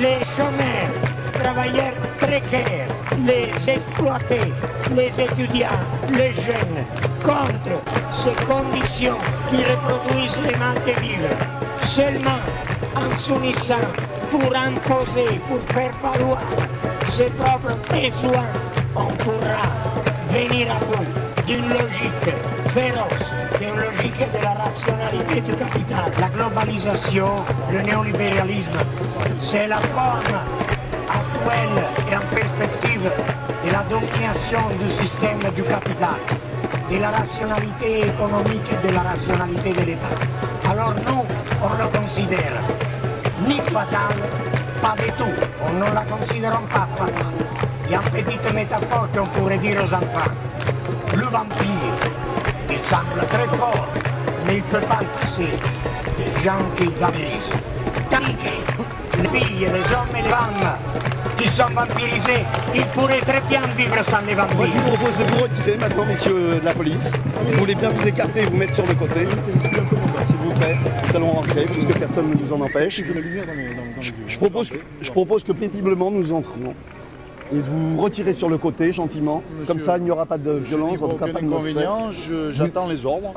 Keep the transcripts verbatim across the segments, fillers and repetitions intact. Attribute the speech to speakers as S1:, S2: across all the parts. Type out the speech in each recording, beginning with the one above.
S1: les chômeurs, travailleurs précaires, les exploités, les étudiants, les jeunes, contre ces conditions qui reproduisent les manques vivre. Seulement en s'unissant pour imposer, pour faire valoir ses propres besoins, on pourra venir à bout d'une logique féroce, d'une logique de la rationalité du capital. La globalisation, le néolibéralisme, c'est la forme actuelle et en perspective de la domination du système du capital, de la rationalité économique et de la rationalité de l'État. Alors nous, on le considère ni fatal, pas du tout. On ne la considère pas fatale. Il y a une petite métaphore qu'on pourrait dire aux enfants. Le vampire, il semble très fort, mais il ne peut pas le passer des gens qui vampirisent. Tandis que les filles, les hommes et les femmes qui sont vampirisés, ils pourraient très bien vivre sans les vampires.
S2: Moi, je vous propose de vous retirer maintenant, messieurs de la police. Vous voulez bien vous écarter et vous mettre sur le côté, s'il vous plaît. Nous allons rentrer, puisque personne ne nous en empêche. Je, je, propose, que, je propose que paisiblement nous entrions. Et de vous retirer sur le côté, gentiment.
S3: Monsieur,
S2: comme ça, il n'y aura pas de violence.
S3: Je aucun inconvénient, j'attends les ordres.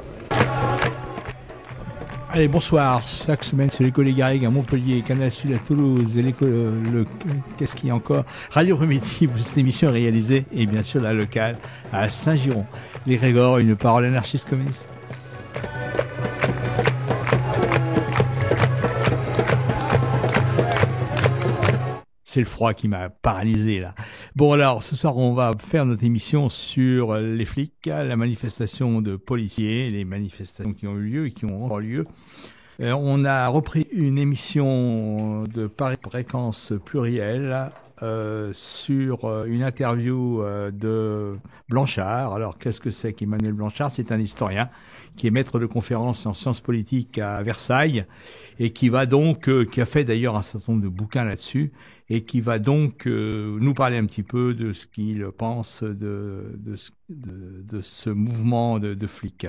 S4: Allez, bonsoir. Chaque semaine, c'est l'école Les Garrigues à Montpellier, Canal Sud à Toulouse, et l'école, le, qu'est-ce qu'il y a encore? Radio Primitive, cette émission est réalisée, et bien sûr la locale à Saint-Giron. Les Grégor, une parole anarchiste communiste. C'est le froid qui m'a paralysé là. Bon alors, ce soir on va faire notre émission sur les flics, la manifestation de policiers, les manifestations qui ont eu lieu et qui ont encore lieu. Euh, on a repris une émission de fréquence plurielle euh, sur euh, une interview euh, de Blanchard. Alors qu'est-ce que c'est qu'Emmanuel Blanchard? C'est un historien qui est maître de conférences en sciences politiques à Versailles et qui va donc, euh, qui a fait d'ailleurs un certain nombre de bouquins là-dessus, et qui va donc euh, nous parler un petit peu de ce qu'il pense de, de, de, de ce mouvement de, de flics.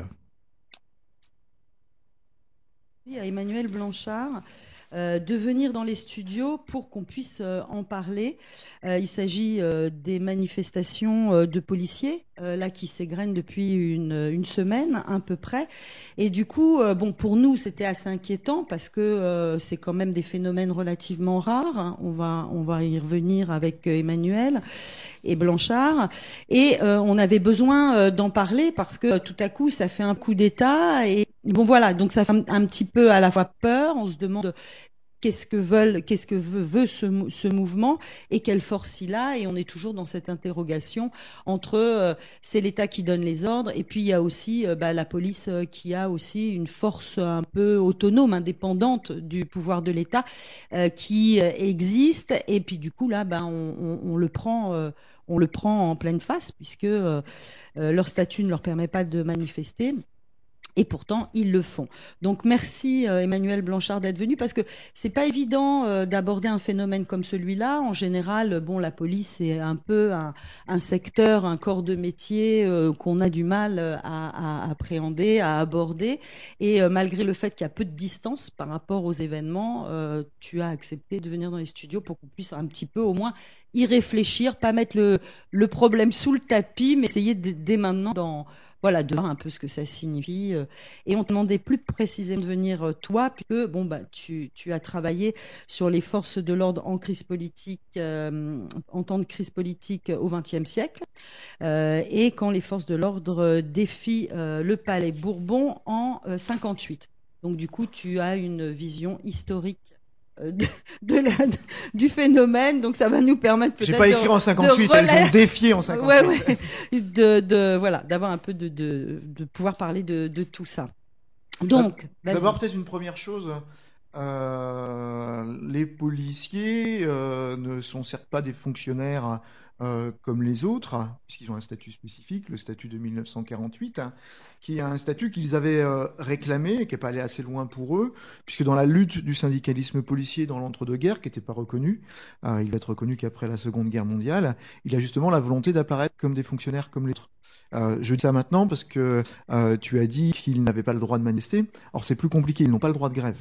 S5: À Emmanuel Blanchard euh, de venir dans les studios pour qu'on puisse euh, en parler. Euh, il s'agit euh, des manifestations euh, de policiers euh, là qui s'égrènent depuis une, une semaine à peu près. Et du coup, euh, bon, pour nous, c'était assez inquiétant parce que euh, c'est quand même des phénomènes relativement rares. Hein. On va, on va y revenir avec euh, Emmanuel et Blanchard. Et euh, on avait besoin euh, d'en parler parce que euh, tout à coup, ça fait un coup d'État et bon voilà, donc ça fait un, un petit peu à la fois peur. On se demande qu'est-ce que veulent, qu'est-ce que veut, veut ce, ce mouvement et quelle force il a. Et on est toujours dans cette interrogation entre euh, c'est l'État qui donne les ordres et puis il y a aussi euh, bah, la police euh, qui a aussi une force un peu autonome, indépendante du pouvoir de l'État euh, qui euh, existe. Et puis du coup là, bah, on, on, on le prend. Euh, on le prend en pleine face puisque euh, euh, leur statut ne leur permet pas de manifester. Et pourtant, ils le font. Donc, merci euh, Emmanuel Blanchard d'être venu parce que c'est pas évident euh, d'aborder un phénomène comme celui-là. En général, bon, la police c'est un peu un, un secteur, un corps de métier euh, qu'on a du mal à, à appréhender, à aborder. Et euh, malgré le fait qu'il y a peu de distance par rapport aux événements, euh, tu as accepté de venir dans les studios pour qu'on puisse un petit peu au moins y réfléchir, pas mettre le, le problème sous le tapis, mais essayer de, dès maintenant dans Voilà, de voir un peu ce que ça signifie. Et on te demandait plus précisément de venir toi, puisque bon, bah, tu, tu as travaillé sur les forces de l'ordre en crise politique, euh, en temps de crise politique au vingtième siècle, euh, et quand les forces de l'ordre défient euh, le palais Bourbon en euh, cinquante-huit. Donc du coup, tu as une vision historique De, de la, du phénomène, donc ça va nous permettre peut-être.
S6: J'ai pas écrit
S5: de,
S6: en cinquante-huit, elles ont défié en cinquante-huit.
S5: Ouais, ouais, de, de voilà, d'avoir un peu de, de, de pouvoir parler de, de tout ça. Donc,
S6: d'abord peut-être une première chose. Euh, les policiers euh, ne sont certes pas des fonctionnaires euh, comme les autres, puisqu'ils ont un statut spécifique, le statut de mille neuf cent quarante-huit, hein, qui est un statut qu'ils avaient euh, réclamé et qui n'est pas allé assez loin pour eux, puisque dans la lutte du syndicalisme policier dans l'entre-deux-guerres, qui n'était pas reconnu, euh, il va être reconnu qu'après la Seconde Guerre mondiale, il y a justement la volonté d'apparaître comme des fonctionnaires comme les autres. Euh, je dis ça maintenant parce que euh, tu as dit qu'ils n'avaient pas le droit de manifester. Or, c'est plus compliqué, ils n'ont pas le droit de grève.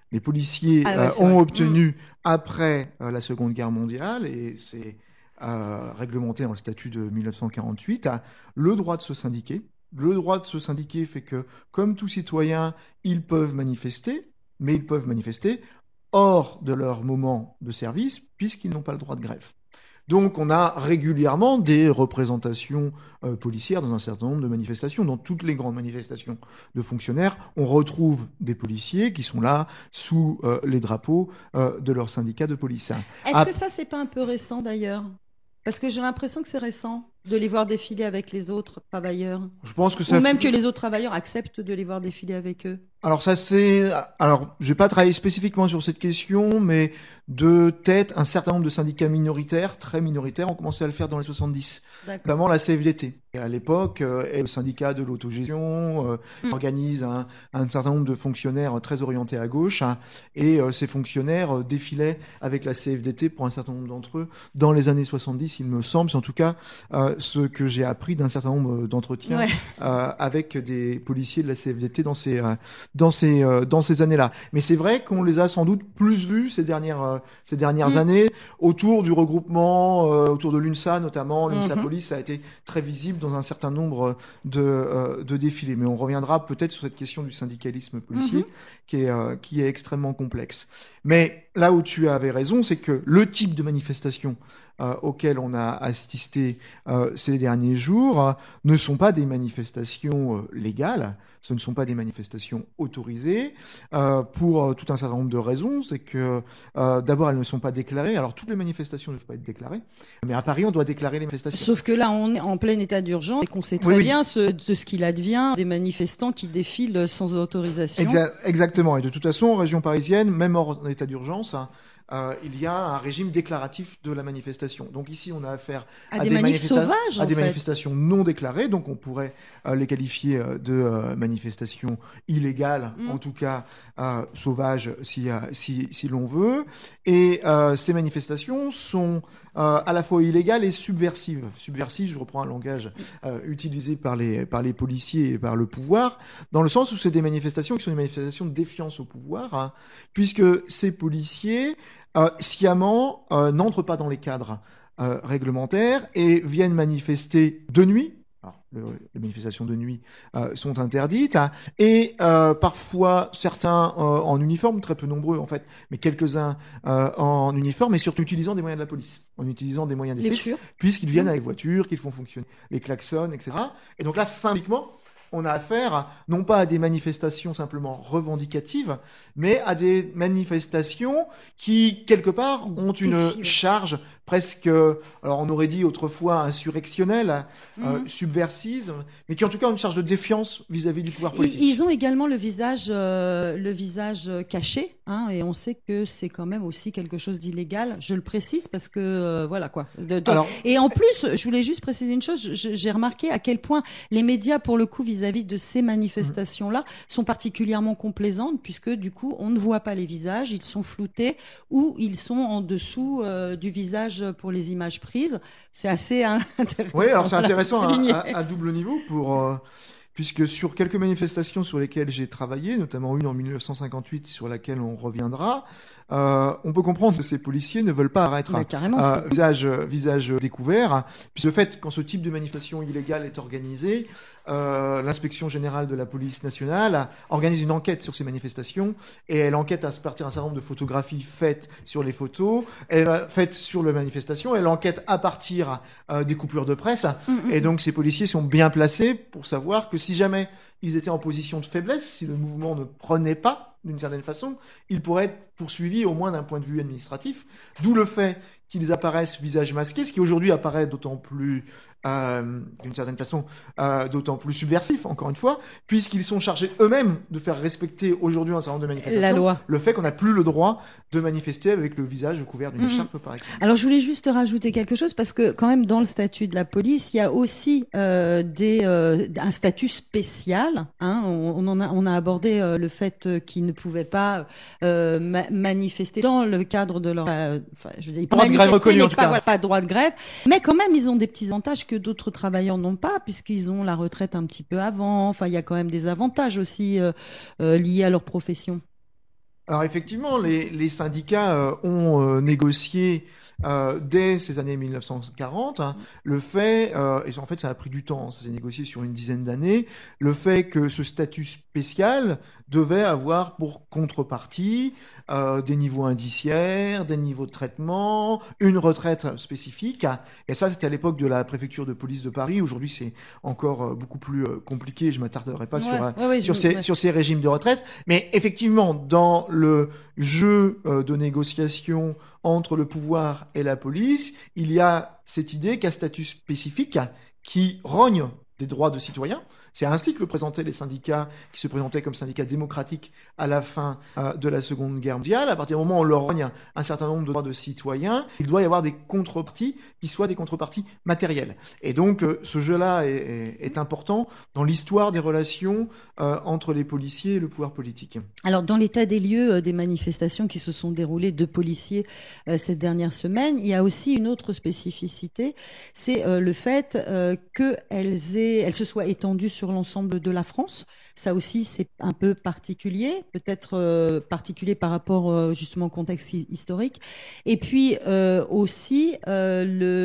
S6: les policiers
S5: Ah ouais,
S6: euh,
S5: c'est
S6: ont
S5: vrai.
S6: obtenu après euh, la Seconde Guerre mondiale, et c'est euh, réglementé dans le statut de mille neuf cent quarante-huit, hein, le droit de se syndiquer. Le droit de se syndiquer fait que, comme tout citoyen, ils peuvent manifester, mais ils peuvent manifester hors de leur moment de service, puisqu'ils n'ont pas le droit de grève. Donc on a régulièrement des représentations euh, policières dans un certain nombre de manifestations. Dans toutes les grandes manifestations de fonctionnaires, on retrouve des policiers qui sont là sous euh, les drapeaux euh, de leur syndicat de police.
S5: Est-ce
S6: Ah,
S5: que ça, c'est pas un peu récent d'ailleurs? Parce que j'ai l'impression que c'est récent de les voir défiler avec les autres travailleurs.
S6: je pense que ça
S5: Ou même que les autres travailleurs acceptent de les voir défiler avec eux.
S6: Alors ça c'est, alors j'ai pas travaillé spécifiquement sur cette question, mais de tête, un certain nombre de syndicats minoritaires, très minoritaires, ont commencé à le faire dans les soixante-dix,
S5: D'accord.
S6: notamment la C F D T. Et à l'époque, euh, et le syndicat de l'autogestion euh,
S5: Mm.
S6: organise un, un certain nombre de fonctionnaires très orientés à gauche, hein, et euh, ces fonctionnaires euh, défilaient avec la C F D T pour un certain nombre d'entre eux dans les années soixante-dix, il me semble. C'est en tout cas euh, ce que j'ai appris d'un certain nombre d'entretiens
S5: Ouais.
S6: euh, avec des policiers de la C F D T dans ces euh, dans ces euh, dans ces années-là. Mais c'est vrai qu'on les a sans doute plus vus ces dernières euh, ces dernières
S5: Mm.
S6: années autour du regroupement, euh, autour de l'UNSA notamment. L'UNSA
S5: Mhm.
S6: Police a été très visible dans un certain nombre de euh, de défilés. Mais on reviendra peut-être sur cette question du syndicalisme policier
S5: Mhm.
S6: qui est euh, qui est extrêmement complexe. Mais là où tu avais raison, c'est que le type de manifestation euh, auquel on a assisté euh, ces derniers jours euh, ne sont pas des manifestations euh, légales, ce ne sont pas des manifestations autorisées, euh, pour euh, tout un certain nombre de raisons. C'est que euh, d'abord, elles ne sont pas déclarées. Alors toutes les manifestations ne peuvent pas être déclarées, mais à Paris, on doit déclarer les manifestations.
S5: Sauf que là, on est en plein état d'urgence et qu'on sait très
S6: Oui, oui.
S5: bien ce, de ce qu'il advient des manifestants qui défilent sans autorisation.
S6: Exa- exactement. Et de toute façon, en région parisienne, même hors état d'urgence, hein, euh, il y a un régime déclaratif de la manifestation. Donc ici, on a affaire
S5: À des manifs
S6: manifesta-
S5: sauvages,
S6: à
S5: en
S6: des
S5: fait.
S6: manifestations non déclarées. Donc on pourrait euh, les qualifier euh, de euh, manifestations illégales,
S5: Mm.
S6: en tout cas euh, sauvages, si, euh, si, si l'on veut. Et euh, ces manifestations sont euh, à la fois illégales et subversives. Subversives, je reprends un langage euh, utilisé par les, par les policiers et par le pouvoir, dans le sens où c'est des manifestations qui sont des manifestations de défiance au pouvoir, hein, puisque ces policiers, euh, sciemment, euh, n'entrent pas dans les cadres euh, réglementaires et viennent manifester de nuit. Alors, le, les manifestations de nuit euh, sont interdites, hein, et euh, parfois certains euh, en uniforme, très peu nombreux en fait, mais quelques-uns euh, en uniforme, et surtout utilisant des moyens de la police, en utilisant des moyens des
S5: Les
S6: flics,
S5: voitures.
S6: puisqu'ils viennent
S5: Mmh.
S6: avec voitures, qu'ils font fonctionner les klaxons, et cetera. Et donc là, symboliquement, on a affaire non pas à des manifestations simplement revendicatives, mais à des manifestations qui, quelque part, ont une
S5: Défient, ouais.
S6: charge presque, alors on aurait dit autrefois insurrectionnelle, euh,
S5: Mhm.
S6: subversive, mais qui en tout cas ont une charge de défiance vis-à-vis du pouvoir politique.
S5: Ils, ils ont également le visage, euh, le visage caché, hein, et on sait que c'est quand même aussi quelque chose d'illégal. Je le précise parce que euh, voilà quoi. De- de-
S6: Alors,
S5: et en plus, je voulais juste préciser une chose. je- J'ai remarqué à quel point les médias, pour le coup, vis-à-vis de ces manifestations-là, sont particulièrement complaisantes, puisque du coup, on ne voit pas les visages, ils sont floutés ou ils sont en dessous euh, du visage pour les images prises. C'est assez hein, intéressant.
S6: oui, alors c'est
S5: voilà,
S6: intéressant à,
S5: souligner.
S6: à- à double niveau pour. euh, Puisque sur quelques manifestations sur lesquelles j'ai travaillé, notamment une en mille neuf cent cinquante-huit sur laquelle on reviendra, euh, on peut comprendre que ces policiers ne veulent pas arrêter
S5: Bah, carrément,
S6: euh,
S5: c'est-
S6: visage, visage découvert. Puis ce fait, quand ce type de manifestation illégale est organisé, euh, l'inspection générale de la police nationale organise une enquête sur ces manifestations, et elle enquête à partir d'un certain nombre de photographies faites sur les photos, elle a faites sur la manifestation, elle enquête à partir euh, des coupures de presse,
S5: Mm,
S6: et donc ces policiers sont bien placés pour savoir que si jamais ils étaient en position de faiblesse, si le mouvement ne prenait pas d'une certaine façon, ils pourraient être poursuivis au moins d'un point de vue administratif, d'où le fait qu'ils apparaissent visage masqué, ce qui aujourd'hui apparaît d'autant plus, euh, d'une certaine façon, euh, d'autant plus subversif, encore une fois, puisqu'ils sont chargés eux-mêmes de faire respecter aujourd'hui un certain nombre de manifestations
S5: La loi.
S6: le fait qu'on n'a plus le droit de manifester avec le visage couvert d'une
S5: Mhm.
S6: écharpe, par exemple.
S5: Alors je voulais juste rajouter quelque chose parce que quand même dans le statut de la police, il y a aussi euh, des euh, un statut spécial. Hein, on, on en a on a abordé euh, le fait euh, qu'ils ne pouvaient pas euh, ma- manifester dans le cadre de leur euh, enfin, je veux dire, ils
S6: Droit de grève
S5: manifester,
S6: reconnu,
S5: mais
S6: en tout
S5: pas,
S6: cas.
S5: voilà, pas de droit de grève, mais quand même ils ont des petits avantages que d'autres travailleurs n'ont pas puisqu'ils ont la retraite un petit peu avant. Enfin il y a quand même des avantages aussi euh, euh, liés à leur profession.
S6: Alors effectivement, les, les syndicats euh, ont euh, négocié euh, dès ces années mille neuf cent quarante hein, le fait, euh, et en fait ça a pris du temps, ça s'est négocié sur une dizaine d'années, le fait que ce statut spécial devait avoir pour contrepartie euh, des niveaux indiciaires, des niveaux de traitement, une retraite spécifique. Et ça, c'était à l'époque de la préfecture de police de Paris. Aujourd'hui, c'est encore euh, beaucoup plus euh, compliqué. Je m'attarderai pas
S5: Ouais,
S6: sur, euh,
S5: ouais, ouais,
S6: sur,
S5: je-
S6: ces,
S5: ouais.
S6: sur ces régimes de retraite. Mais effectivement, dans le jeu euh, de négociation entre le pouvoir et la police, il y a cette idée qu'un statut spécifique qui rogne des droits de citoyens. C'est ainsi que le présentaient les syndicats qui se présentaient comme syndicats démocratiques à la fin euh, de la Seconde Guerre mondiale. À partir du moment où on leur rogne un certain nombre de droits de citoyens, il doit y avoir des contreparties qui soient des contreparties matérielles. Et donc, euh, ce jeu-là est, est, est important dans l'histoire des relations euh, entre les policiers et le pouvoir politique.
S5: Alors, dans l'état des lieux euh, des manifestations qui se sont déroulées de policiers euh, cette dernière semaine, il y a aussi une autre spécificité, c'est euh, le fait euh, qu'elles aient, elles se soient étendues sur l'ensemble de la France. Ça aussi, c'est un peu particulier, peut-être euh, particulier par rapport euh, justement au contexte hi- historique. Et puis euh, aussi euh,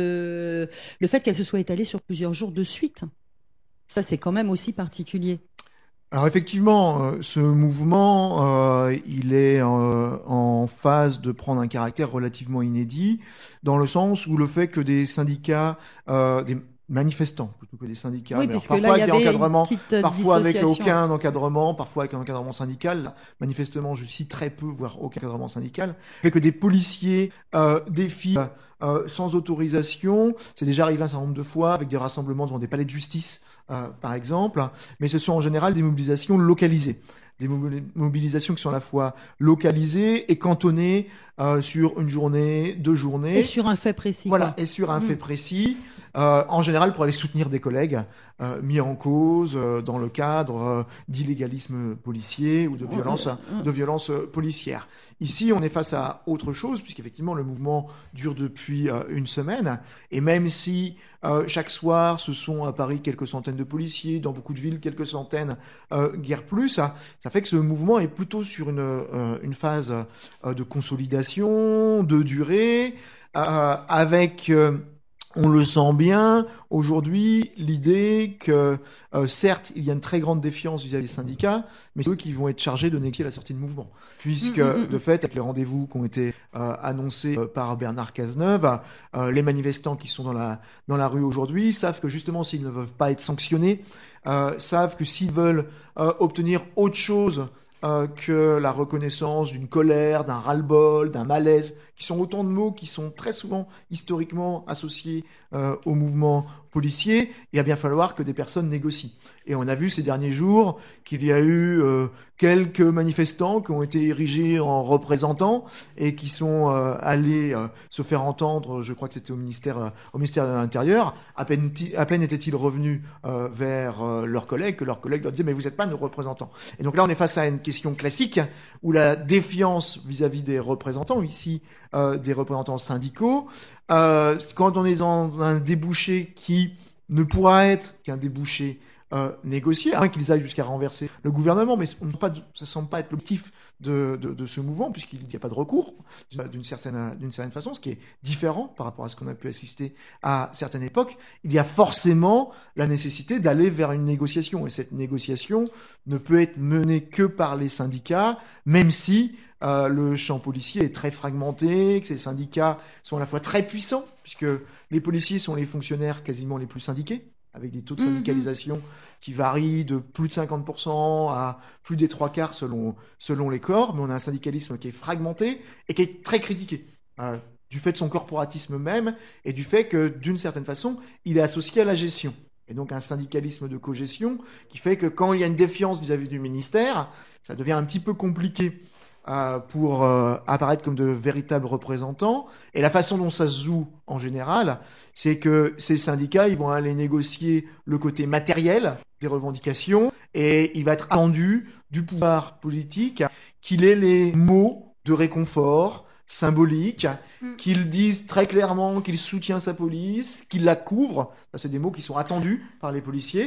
S5: le, le fait qu'elles se soient étalées sur plusieurs jours de suite. Ça, c'est quand même aussi particulier.
S6: Alors effectivement, euh, ce mouvement, euh, il est euh, en phase de prendre un caractère relativement inédit, dans le sens où le fait que des syndicats, euh, des manifestants plutôt que des syndicats,
S5: Oui,
S6: mais alors
S5: puisque
S6: parfois
S5: là, il y
S6: avec des
S5: avait une
S6: encadrements,
S5: petite euh,
S6: parfois avec
S5: dissociation.
S6: aucun encadrement, parfois avec un encadrement syndical, là, manifestement je cite très peu, voire aucun encadrement syndical, fait que des policiers euh, défilent euh, sans autorisation, c'est déjà arrivé un certain nombre de fois avec des rassemblements devant des palais de justice, euh, par exemple, mais ce sont en général des mobilisations localisées. Des mobilisations qui sont à la fois localisées et cantonnées euh, sur une journée, deux journées.
S5: Et sur un fait précis.
S6: Voilà,
S5: Quoi.
S6: et sur un
S5: Mmh.
S6: fait précis, euh, en général pour aller soutenir des collègues euh, mis en cause euh, dans le cadre euh, d'illégalisme policier ou de violence, de violence euh, policière. Ici, on est face à autre chose, puisqu'effectivement le mouvement dure depuis euh, une semaine, et même si euh, chaque soir ce sont à Paris quelques centaines de policiers, dans beaucoup de villes quelques centaines, euh, guère plus, ça, ça fait que ce mouvement est plutôt sur une, euh, une phase euh, de consolidation, de durée, euh, avec, euh, on le sent bien, aujourd'hui, l'idée que, euh, certes, il y a une très grande défiance vis-à-vis des syndicats, mais c'est eux qui vont être chargés de négocier la sortie de mouvement. Puisque,
S5: Mmh, mmh, mmh.
S6: de fait, avec les rendez-vous qui ont été euh, annoncés euh, par Bernard Cazeneuve, euh, les manifestants qui sont dans la, dans la rue aujourd'hui savent que, justement, s'ils ne veulent pas être sanctionnés, euh, savent que s'ils veulent euh, obtenir autre chose Euh, que la reconnaissance d'une colère, d'un ras-le-bol, d'un malaise, qui sont autant de mots qui sont très souvent historiquement associés euh, au mouvement policier, il va bien falloir que des personnes négocient. Et on a vu ces derniers jours qu'il y a eu euh, quelques manifestants qui ont été érigés en représentants et qui sont euh, allés euh, se faire entendre, je crois que c'était au ministère, euh, au ministère de l'Intérieur, à peine, à peine étaient-ils revenus euh, vers euh, leurs collègues, que leurs collègues leur disaient « mais vous n'êtes pas nos représentants ». Et donc là, on est face à une question classique où la défiance vis-à-vis des représentants, ici euh, des représentants syndicaux, euh, quand on est dans un débouché qui ne pourra être qu'un débouché euh, négocié, à moins qu'ils aillent jusqu'à renverser le gouvernement, mais on ne pas, ça ne semble pas être l'objectif de, de, de ce mouvement, puisqu'il n'y a pas de recours d'une certaine, d'une certaine façon, ce qui est différent par rapport à ce qu'on a pu assister à certaines époques. Il y a forcément la nécessité d'aller vers une négociation, et cette négociation ne peut être menée que par les syndicats, même si Euh, le champ policier est très fragmenté, que ces syndicats sont à la fois très puissants, puisque les policiers sont les fonctionnaires quasiment les plus syndiqués, avec des taux de syndicalisation mmh. qui varient de plus de cinquante pour cent à plus des trois quarts selon, selon les corps, mais on a un syndicalisme qui est fragmenté et qui est très critiqué, euh, du fait de son corporatisme même, et du fait que, d'une certaine façon, il est associé à la gestion. Et donc un syndicalisme de cogestion qui fait que quand il y a une défiance vis-à-vis du ministère, ça devient un petit peu compliqué Euh, pour euh, apparaître comme de véritables représentants. Et la façon dont ça se joue en général, c'est que ces syndicats, ils vont aller négocier le côté matériel des revendications et il va être attendu du pouvoir politique qu'il ait les mots de réconfort symbolique, mm. qu'il dise très clairement qu'il soutient sa police, qu'il la couvre. Ça, c'est des mots qui sont attendus par les policiers.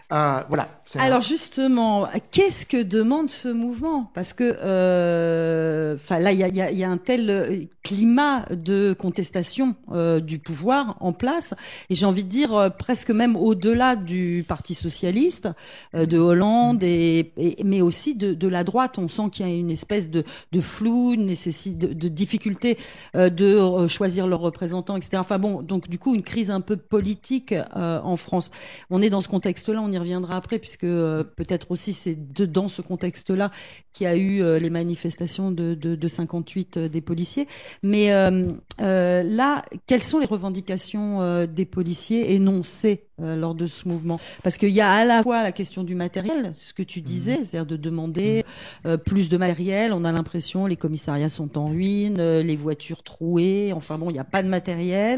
S6: Euh, voilà. C'est
S5: Alors
S6: un...
S5: justement, qu'est-ce que demande ce mouvement? Parce que, euh, enfin là, il y a, y, a, y a un tel climat de contestation euh, du pouvoir en place, et j'ai envie de dire euh, presque même au-delà du Parti socialiste, euh, de Hollande, et, et mais aussi de, de la droite. On sent qu'il y a une espèce de, de flou, une nécessité de, de difficulté euh, de euh, choisir leurs représentants, et cetera. Enfin bon, donc du coup une crise un peu politique euh, en France. On est dans ce contexte-là, on y reviendra après, puisque euh, peut-être aussi c'est de, dans ce contexte-là qu'il y a eu euh, les manifestations de, de, de cinquante-huit euh, des policiers. Mais euh, euh, là, quelles sont les revendications euh, des policiers énoncées euh, lors de ce mouvement? Parce qu'il y a à la fois la question du matériel, ce que tu disais, c'est-à-dire de demander euh, plus de matériel. On a l'impression les commissariats sont en ruine, euh, les voitures trouées, enfin bon, il n'y a pas de matériel.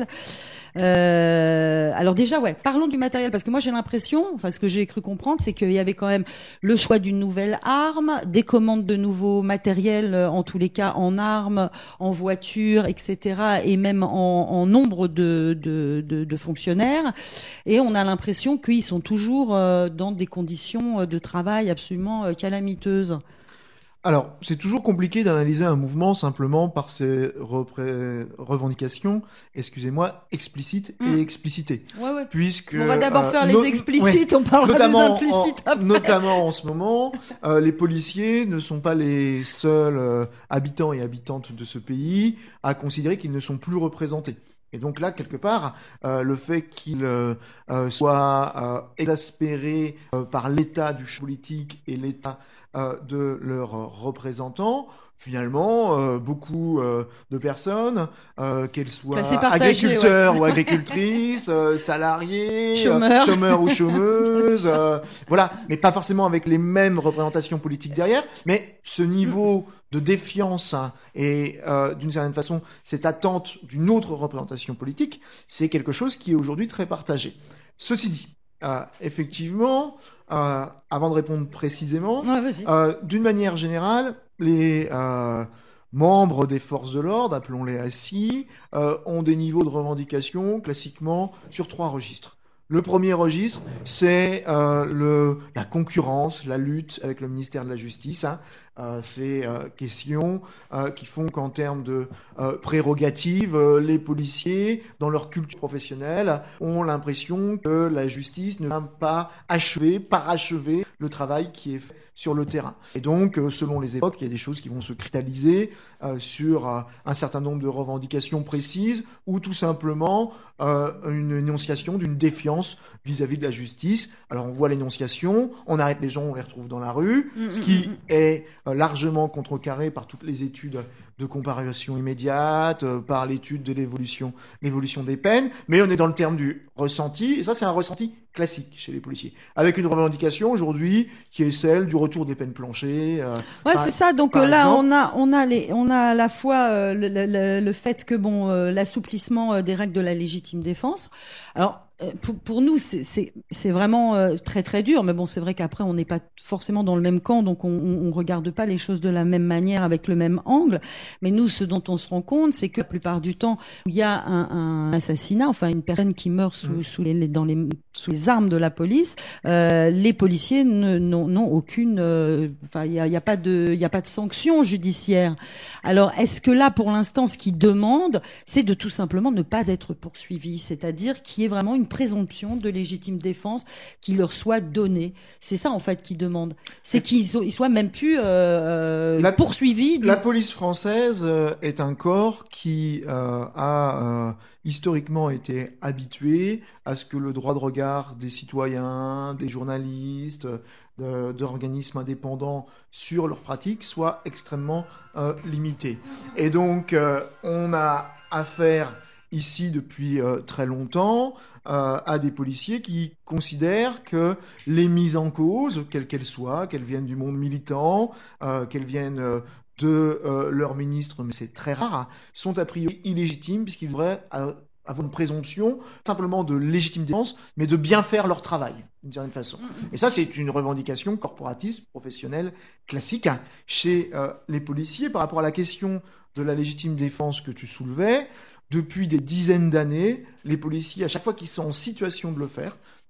S5: Euh, alors déjà, ouais, parlons du matériel, parce que moi j'ai l'impression, enfin ce que j'ai cru comprendre, c'est qu'il y avait quand même le choix d'une nouvelle arme, des commandes de nouveaux matériels, en tous les cas en armes, en voitures, et cetera, et même en, en nombre de, de, de, de fonctionnaires. Et on a l'impression qu'ils sont toujours euh, dans des conditions de travail absolument euh, calamiteuses.
S6: Alors, c'est toujours compliqué d'analyser un mouvement simplement par ses repré... revendications, excusez-moi, explicites et
S5: mmh.
S6: explicitées.
S5: Ouais, ouais.
S6: Puisque,
S5: on va d'abord euh, faire
S6: no...
S5: les explicites, ouais. On parlera
S6: notamment
S5: des implicites
S6: en...
S5: après.
S6: Notamment en ce moment, euh, les policiers ne sont pas les seuls euh, habitants et habitantes de ce pays à considérer qu'ils ne sont plus représentés. Et donc là, quelque part, euh, le fait qu'ils euh, euh, soient euh, exaspérés euh, par l'état du politique et l'état euh, de leurs représentants, finalement, euh, beaucoup euh, de personnes, euh, qu'elles soient
S5: partagé,
S6: agriculteurs
S5: ouais.
S6: ou agricultrices, euh, salariés,
S5: chômeurs,
S6: euh, chômeurs ou chômeuses, euh, voilà, mais pas forcément avec les mêmes représentations politiques derrière, mais ce niveau de défiance hein, et euh, d'une certaine façon cette attente d'une autre représentation politique, c'est quelque chose qui est aujourd'hui très partagé. Ceci dit, euh, effectivement, euh, avant de répondre précisément,
S5: ouais,
S6: euh, d'une manière générale, les euh, membres des forces de l'ordre, appelons-les ainsi, euh, ont des niveaux de revendication classiquement sur trois registres. Le premier registre, c'est euh, le, la concurrence, la lutte avec le ministère de la Justice. Hein. Euh, ces euh, questions euh, qui font qu'en termes de euh, prérogatives, euh, les policiers, dans leur culture professionnelle, ont l'impression que la justice ne va pas achever, parachever le travail qui est fait sur le terrain. Et donc, euh, selon les époques, il y a des choses qui vont se cristalliser euh, sur euh, un certain nombre de revendications précises ou tout simplement euh, une énonciation d'une défiance vis-à-vis de la justice. Alors, on voit l'énonciation, on arrête les gens, on les retrouve dans la rue, mmh, ce qui mmh. est euh, largement contrecarré par toutes les études de comparaison immédiate, euh, par l'étude de l'évolution, l'évolution des peines, mais on est dans le terme du ressenti, et ça c'est un ressenti classique chez les policiers, avec une revendication aujourd'hui qui est celle du retour des peines planchées. Euh,
S5: ouais,
S6: par,
S5: c'est ça. Donc là, exemple. on a, on a les, on a à la fois euh, le, le, le fait que bon, euh, l'assouplissement des règles de la légitime défense. Alors. Pour, pour nous, c'est, c'est, c'est vraiment euh, très très dur, mais bon, c'est vrai qu'après, on n'est pas forcément dans le même camp, donc on, on, on regarde pas les choses de la même manière, avec le même angle. Mais nous, ce dont on se rend compte, c'est que la plupart du temps, où il y a un, un assassinat, enfin une personne qui meurt sous, mmh. sous, les, dans les, sous les armes de la police, euh, les policiers ne, n'ont, n'ont aucune, euh, enfin, il y a, y a pas de, il y a pas de sanction judiciaire. Alors, est-ce que là, pour l'instant, ce qu'ils demandent, c'est de tout simplement ne pas être poursuivis, c'est-à-dire qu'il y ait vraiment une présomption de légitime défense qui leur soit donnée. C'est ça en fait qu'ils demandent. C'est qu'ils so- ils soient même plus euh, la, poursuivis.
S6: La police française euh, est un corps qui euh, a euh, historiquement été habitué à ce que le droit de regard des citoyens, des journalistes, de, d'organismes indépendants sur leurs pratiques soit extrêmement euh, limité. Et donc euh, on a affaire ici depuis euh, très longtemps euh, à des policiers qui considèrent que les mises en cause, quelles qu'elles soient, qu'elles viennent du monde militant, euh, qu'elles viennent euh, de euh, leur ministre, mais c'est très rare, hein, sont a priori illégitimes puisqu'ils devraient euh, avoir une présomption simplement de légitime défense, mais de bien faire leur travail, d'une certaine façon. Et ça, c'est une revendication corporatiste, professionnelle, classique, hein, chez euh, les policiers. Par rapport à la question de la légitime défense que tu soulevais, depuis des dizaines d'années, les policiers, à chaque fois qu'ils sont en situation de le faire,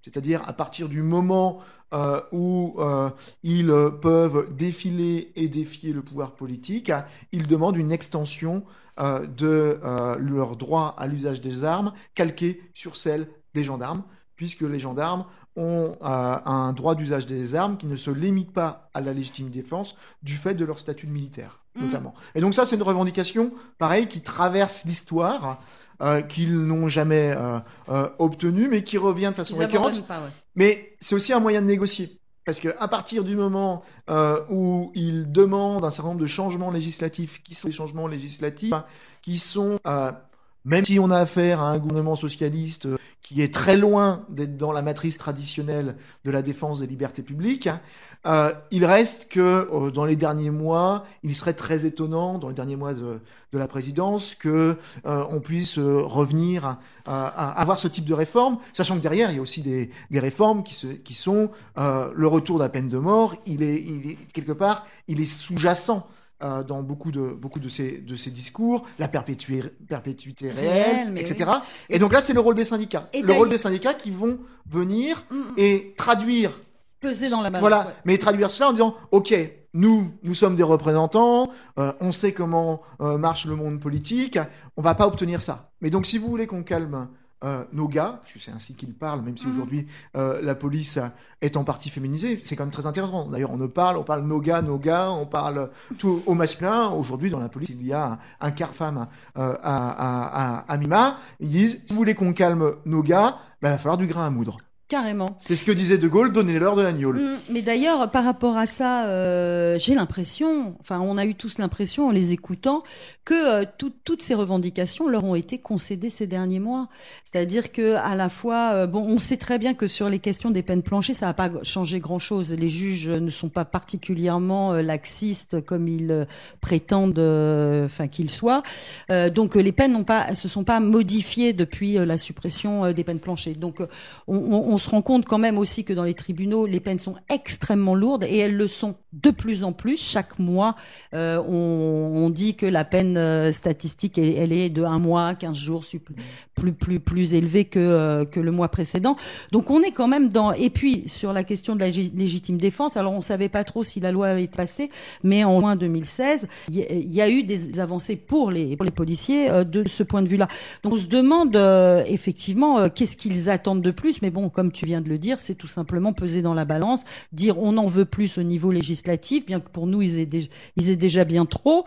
S6: C'est-à-dire à partir du moment euh, où euh, ils peuvent défiler et défier le pouvoir politique, ils demandent une extension euh, de euh, leur droit à l'usage des armes calqué sur celle des gendarmes, puisque les gendarmes ont euh, un droit d'usage des armes qui ne se limite pas à la légitime défense du fait de leur statut de militaire, mmh. notamment. Et donc ça, c'est une revendication, pareil, qui traverse l'histoire, euh, qu'ils n'ont jamais euh, euh, obtenue, mais qui revient de façon
S5: Ils
S6: récurrente.
S5: Pas, ouais.
S6: Mais c'est aussi un moyen de négocier. Parce qu'à partir du moment euh, où ils demandent un certain nombre de changements législatifs, qui sont des changements législatifs, qui sont... Euh, Même si on a affaire à un gouvernement socialiste qui est très loin d'être dans la matrice traditionnelle de la défense des libertés publiques, euh, il reste que euh, dans les derniers mois, il serait très étonnant, dans les derniers mois de, de la présidence, que euh, on puisse euh, revenir à, à, à avoir ce type de réforme, sachant que derrière, il y a aussi des, des réformes qui, se, qui sont euh, le retour de la peine de mort. Il est, il est quelque part, il est sous-jacent. Euh, dans beaucoup de beaucoup de ces de ces discours, la perpétuité perpétuité réelle, Réel, et cetera. Oui. Et donc là, c'est le rôle des syndicats, et le rôle des syndicats qui vont venir mmh. et traduire,
S5: peser dans la balance.
S6: Voilà,
S5: ouais.
S6: mais traduire cela en disant, ok, nous nous sommes des représentants, euh, on sait comment euh, marche le monde politique, on va pas obtenir ça. Mais donc, si vous voulez qu'on calme Euh, nos gars, parce que c'est ainsi qu'ils parlent, même si mmh. aujourd'hui euh, la police est en partie féminisée, c'est quand même très intéressant. D'ailleurs, on ne parle, on parle nos gars, nos gars, on parle tout au masculin. Aujourd'hui, dans la police, il y a un, un quart femme euh, à, à, à, à Mima. Ils disent, si vous voulez qu'on calme nos gars, ben, il va falloir du grain à moudre.
S5: Carrément.
S6: C'est ce que disait De Gaulle, donnez-leur de l'agneau.
S5: Mmh, mais d'ailleurs, par rapport à ça, euh, j'ai l'impression, enfin, on a eu tous l'impression, en les écoutant, que euh, tout, toutes ces revendications leur ont été concédées ces derniers mois. C'est-à-dire que, à la fois, euh, bon, on sait très bien que sur les questions des peines planchées, ça n'a pas changé grand-chose. Les juges ne sont pas particulièrement euh, laxistes comme ils euh, prétendent, enfin, euh, qu'ils soient. Euh, donc, les peines n'ont pas, se sont pas modifiées depuis euh, la suppression euh, des peines planchées. Donc, euh, on, on on se rend compte quand même aussi que dans les tribunaux, les peines sont extrêmement lourdes et elles le sont de plus en plus. Chaque mois, euh, on, on dit que la peine euh, statistique, elle, elle est de un mois, quinze jours, plus plus plus élevée que euh, que le mois précédent. Donc on est quand même dans. Et puis sur la question de la légitime défense, alors on savait pas trop si la loi avait été passée, mais en juin deux mille seize, il y, y a eu des avancées pour les pour les policiers euh, de ce point de vue-là. Donc on se demande euh, effectivement euh, qu'est-ce qu'ils attendent de plus, mais bon, comme tu viens de le dire, c'est tout simplement peser dans la balance, dire on en veut plus au niveau législatif, bien que pour nous ils aient déjà, ils aient déjà bien trop,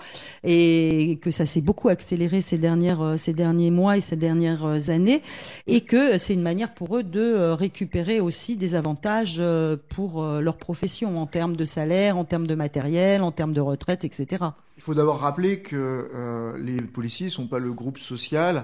S5: et que ça s'est beaucoup accéléré ces dernières ces derniers mois et ces dernières années, et que c'est une manière pour eux de récupérer aussi des avantages pour leur profession en termes de salaire, en termes de matériel, en termes de retraite, et cetera.
S6: Il faut d'abord rappeler que euh, les policiers ne sont pas le groupe social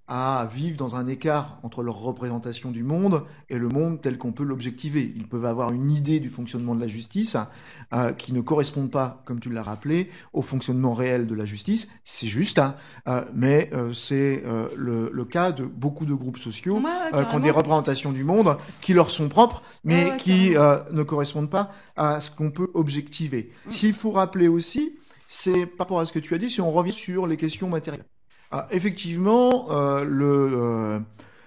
S6: à vivre dans un écart entre leur représentation du monde et le monde tel qu'on peut l'objectiver. Ils peuvent avoir une idée du fonctionnement de la justice euh, qui ne correspond pas, comme tu l'as rappelé, au fonctionnement réel de la justice. C'est juste, hein, euh, mais euh, c'est euh, le, le cas de beaucoup de groupes sociaux
S5: ouais, ouais,
S6: euh, qui ont des représentations du monde qui leur sont propres, mais
S5: ouais, ouais,
S6: qui euh, ne correspondent pas à ce qu'on peut objectiver. Mm. S'il faut rappeler aussi, c'est par rapport à ce que tu as dit, si on revient sur les questions matérielles. Ah, effectivement, euh, le, euh,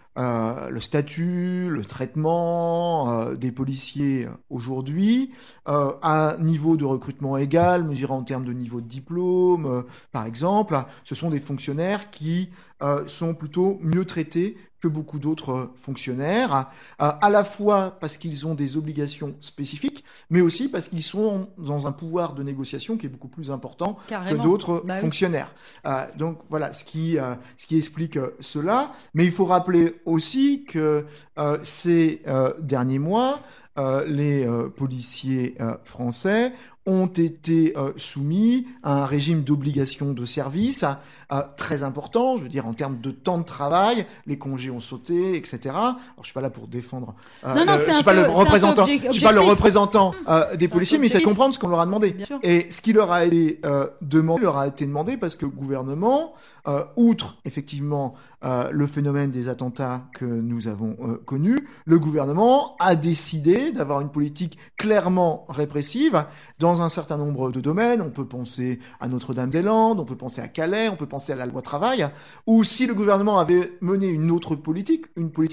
S6: euh, le statut, le traitement euh, des policiers aujourd'hui, euh, à un niveau de recrutement égal, mesuré en termes de niveau de diplôme, euh, par exemple, ce sont des fonctionnaires qui euh, sont plutôt mieux traités que beaucoup d'autres fonctionnaires, euh, à la fois parce qu'ils ont des obligations spécifiques, mais aussi parce qu'ils sont dans un pouvoir de négociation qui est beaucoup plus important
S5: Carrément.
S6: que d'autres
S5: bah
S6: fonctionnaires. Oui. Euh, donc voilà ce qui, euh, ce qui explique euh, cela. Mais il faut rappeler aussi que euh, ces euh, derniers mois, euh, les euh, policiers euh, français ont été euh, soumis à un régime d'obligation de service euh, très important, je veux dire en termes de temps de travail, les congés ont sauté, et cetera. Alors je suis pas là pour défendre, euh,
S5: non, non,
S6: le,
S5: c'est
S6: je suis
S5: un
S6: pas
S5: peu,
S6: le représentant,
S5: objectif.
S6: je suis pas le représentant euh, des policiers, mais c'est de comprendre ce qu'on leur a demandé. Et ce qui leur a été euh, demandé, leur a été demandé parce que le gouvernement, euh, outre effectivement euh, le phénomène des attentats que nous avons euh, connu, le gouvernement a décidé d'avoir une politique clairement répressive dans un certain nombre de domaines. On peut penser à Notre-Dame-des-Landes, on peut penser à Calais, on peut penser à la loi travail, ou si le gouvernement avait mené une autre politique, une politique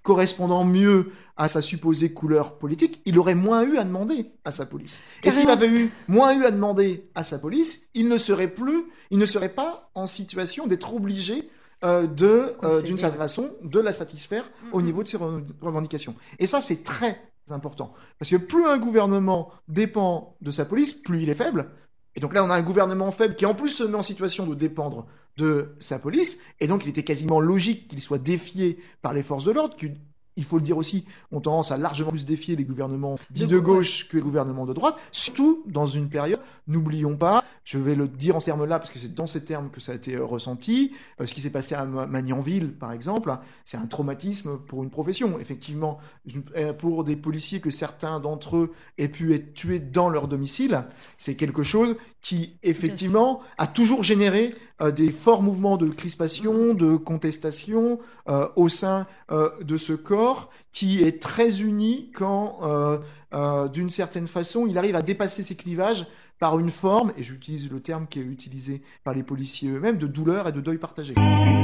S6: correspondant mieux à sa supposée couleur politique, il aurait moins eu à demander à sa police.
S7: Carrément.
S6: Et s'il avait eu moins eu à demander à sa police, il ne serait plus, il ne serait pas en situation d'être obligé euh, de, euh, d'une certaine façon, de la satisfaire mm-hmm. au niveau de ses revendications. Et ça, c'est très important. Parce que plus un gouvernement dépend de sa police, plus il est faible. Et donc là, on a un gouvernement faible qui en plus se met en situation de dépendre de sa police. Et donc, il était quasiment logique qu'il soit défié par les forces de l'ordre, qu'il il faut le dire aussi, ont tendance à largement plus défier les gouvernements dits de gauche que les gouvernements de droite, surtout dans une période, n'oublions pas, je vais le dire en ces termes-là, parce que c'est dans ces termes que ça a été ressenti, euh, ce qui s'est passé à Magnanville, par exemple, c'est un traumatisme pour une profession. Effectivement, pour des policiers que certains d'entre eux aient pu être tués dans leur domicile, c'est quelque chose qui, effectivement, a toujours généré euh, des forts mouvements de crispation, de contestation euh, au sein euh, de ce corps qui est très uni quand, euh, euh, d'une certaine façon, il arrive à dépasser ces clivages par une forme, et j'utilise le terme qui est utilisé par les policiers eux-mêmes, de douleur et de deuil partagé.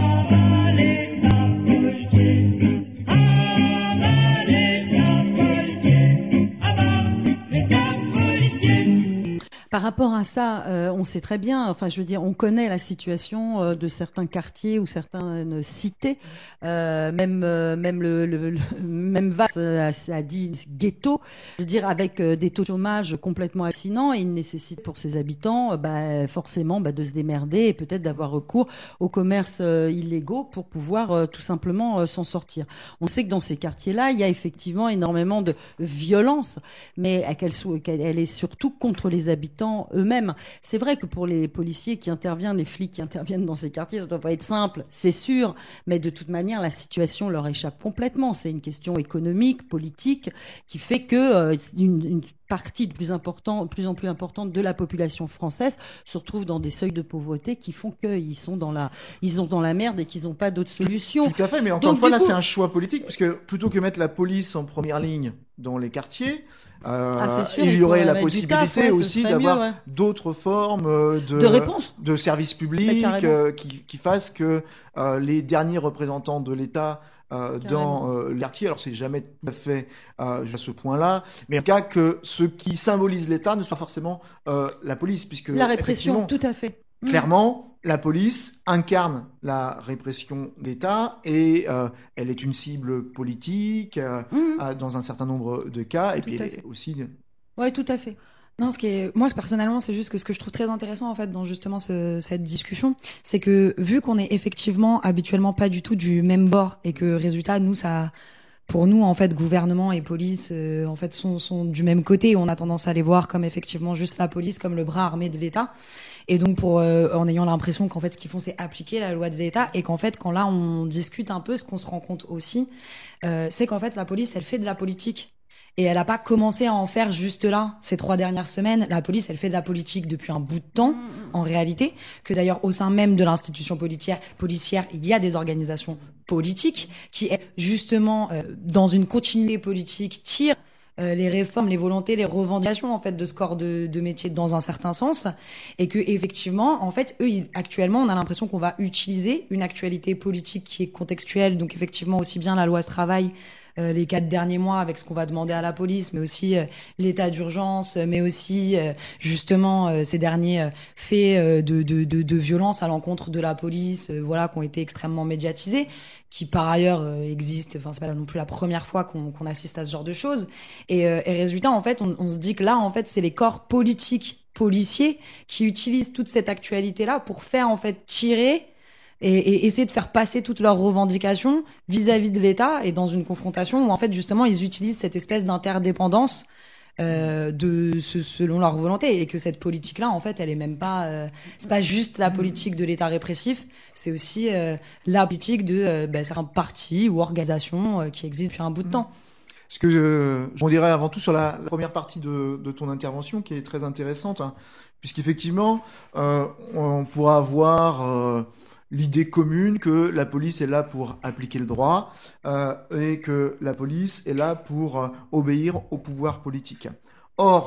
S5: Par rapport à ça, euh, on sait très bien, enfin je veux dire, on connaît la situation euh, de certains quartiers ou certaines cités, euh, même euh, même le, le, le même Vasse a, a dit ghetto, je veux dire avec euh, des taux de chômage complètement hallucinants, et il nécessite pour ses habitants, euh, bah, forcément, bah, de se démerder et peut-être d'avoir recours aux commerces euh, illégaux pour pouvoir euh, tout simplement euh, s'en sortir. On sait que dans ces quartiers-là, il y a effectivement énormément de violence, mais qu'elle, qu'elle elle est surtout contre les habitants eux-mêmes. C'est vrai que pour les policiers qui interviennent, les flics qui interviennent dans ces quartiers, ça doit pas être simple, c'est sûr, mais de toute manière, la situation leur échappe complètement. C'est une question économique, politique, qui fait que euh, une, une partie de plus important, de plus en plus importante de la population française se retrouve dans des seuils de pauvreté qui font qu'ils sont dans la, ils sont dans la merde et qu'ils n'ont pas d'autre solution.
S6: Tout à fait, mais encore une fois, là, c'est un choix politique, parce que plutôt que mettre la police en première ligne dans les quartiers, euh,
S5: ah, sûr,
S6: il y aurait la possibilité
S5: taf, ouais,
S6: aussi d'avoir
S5: mieux, ouais.
S6: d'autres formes de,
S5: de réponse,
S6: de services publics euh, qui, qui fassent que euh, les derniers représentants de l'État Euh, dans euh, les quartiers, alors c'est jamais tout à fait euh, à ce point-là, mais en tout cas que ce qui symbolise l'État ne soit forcément euh, la police, puisque
S5: la répression, tout à fait.
S6: Clairement, mmh. la police incarne la répression d'État et euh, elle est une cible politique euh, mmh. euh, dans un certain nombre de cas, et tout puis elle fait. est aussi.
S5: Oui, tout à fait.
S7: Non, ce qui est, moi personnellement, c'est juste que ce que je trouve très intéressant en fait dans justement ce, cette discussion, c'est que vu qu'on est effectivement habituellement pas du tout du même bord et que résultat, nous ça, pour nous en fait, gouvernement et police euh, en fait sont, sont du même côté. On a tendance à les voir comme effectivement juste la police, comme le bras armé de l'État. Et donc pour euh, en ayant l'impression qu'en fait ce qu'ils font c'est appliquer la loi de l'État, et qu'en fait quand là on discute un peu, ce qu'on se rend compte aussi, euh, c'est qu'en fait la police elle fait de la politique. Et elle n'a pas commencé à en faire juste là, ces trois dernières semaines. La police, elle fait de la politique depuis un bout de temps, en réalité. Que d'ailleurs, au sein même de l'institution policière, policière, il y a des organisations politiques qui, justement, euh, dans une continuité politique, tirent euh, les réformes, les volontés, les revendications, en fait, de ce corps de, de métier dans un certain sens. Et que, effectivement, en fait, eux, ils, actuellement, on a l'impression qu'on va utiliser une actualité politique qui est contextuelle. Donc, effectivement, aussi bien la loi ce travail, Euh, les quatre derniers mois avec ce qu'on va demander à la police, mais aussi euh, l'état d'urgence, mais aussi euh, justement euh, ces derniers euh, faits euh, de, de, de, de violence à l'encontre de la police, euh, voilà, qui ont été extrêmement médiatisés, qui par ailleurs euh, existent. Enfin, c'est pas non plus la première fois qu'on, qu'on assiste à ce genre de choses. Et, euh, et résultat, en fait, on, on se dit que là, en fait, c'est les corps politiques policiers qui utilisent toute cette actualité-là pour faire en fait tirer Et, et essayer de faire passer toutes leurs revendications vis-à-vis de l'État, et dans une confrontation où en fait justement ils utilisent cette espèce d'interdépendance euh, de ce, selon leur volonté, et que cette politique-là en fait elle est même pas, euh, c'est pas juste la politique de l'État répressif, c'est aussi euh, la politique de euh, bah, certains partis ou organisations euh, qui existent depuis un bout de temps.
S6: Ce que euh, j'en dirais avant tout sur la, la première partie de, de ton intervention, qui est très intéressante, hein, puisqu'effectivement euh, on pourra avoir euh, l'idée commune que la police est là pour appliquer le droit euh, et que la police est là pour euh, obéir au pouvoir politique. Or,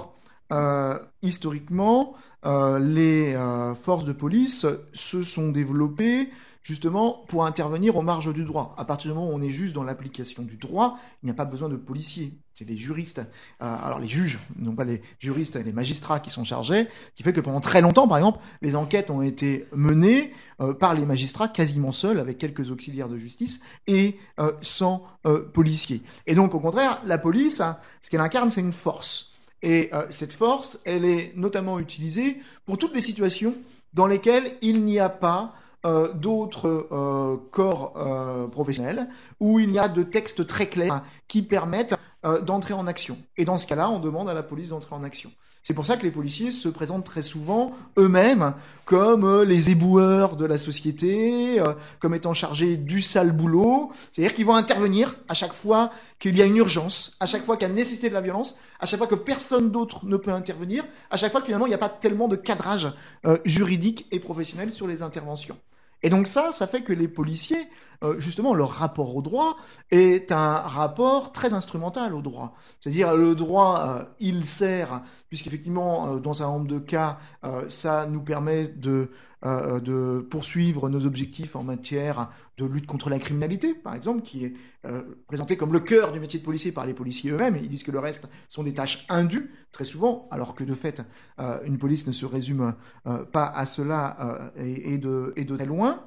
S6: euh, historiquement, euh, les euh, forces de police se sont développées justement pour intervenir aux marges du droit. À partir du moment où on est juste dans l'application du droit, il n'y a pas besoin de policiers. C'est les juristes, euh, alors les juges, non pas les juristes et les magistrats qui sont chargés, qui fait que pendant très longtemps, par exemple, les enquêtes ont été menées euh, par les magistrats quasiment seuls, avec quelques auxiliaires de justice, et euh, sans euh, policiers. Et donc, au contraire, la police, hein, ce qu'elle incarne, c'est une force. Et euh, cette force, elle est notamment utilisée pour toutes les situations dans lesquelles il n'y a pas Euh, d'autres euh, corps euh, professionnels où il y a de textes très clairs qui permettent euh, d'entrer en action. Et dans ce cas-là, on demande à la police d'entrer en action. C'est pour ça que les policiers se présentent très souvent eux-mêmes comme euh, les éboueurs de la société, euh, comme étant chargés du sale boulot. C'est-à-dire qu'ils vont intervenir à chaque fois qu'il y a une urgence, à chaque fois qu'il y a nécessité de la violence, à chaque fois que personne d'autre ne peut intervenir, à chaque fois que finalement il n'y a pas tellement de cadrage euh, juridique et professionnel sur les interventions. Et donc ça, ça fait que les policiers, euh, justement, leur rapport au droit est un rapport très instrumental au droit. C'est-à-dire le droit, euh, il sert, puisqu'effectivement, euh, dans un certain nombre de cas, euh, ça nous permet de, euh, de poursuivre nos objectifs en matière de lutte contre la criminalité, par exemple, qui est euh, présenté comme le cœur du métier de policier par les policiers eux-mêmes. Ils disent que le reste sont des tâches indues, très souvent, alors que de fait, euh, une police ne se résume euh, pas à cela euh, et, et, de, et de très loin.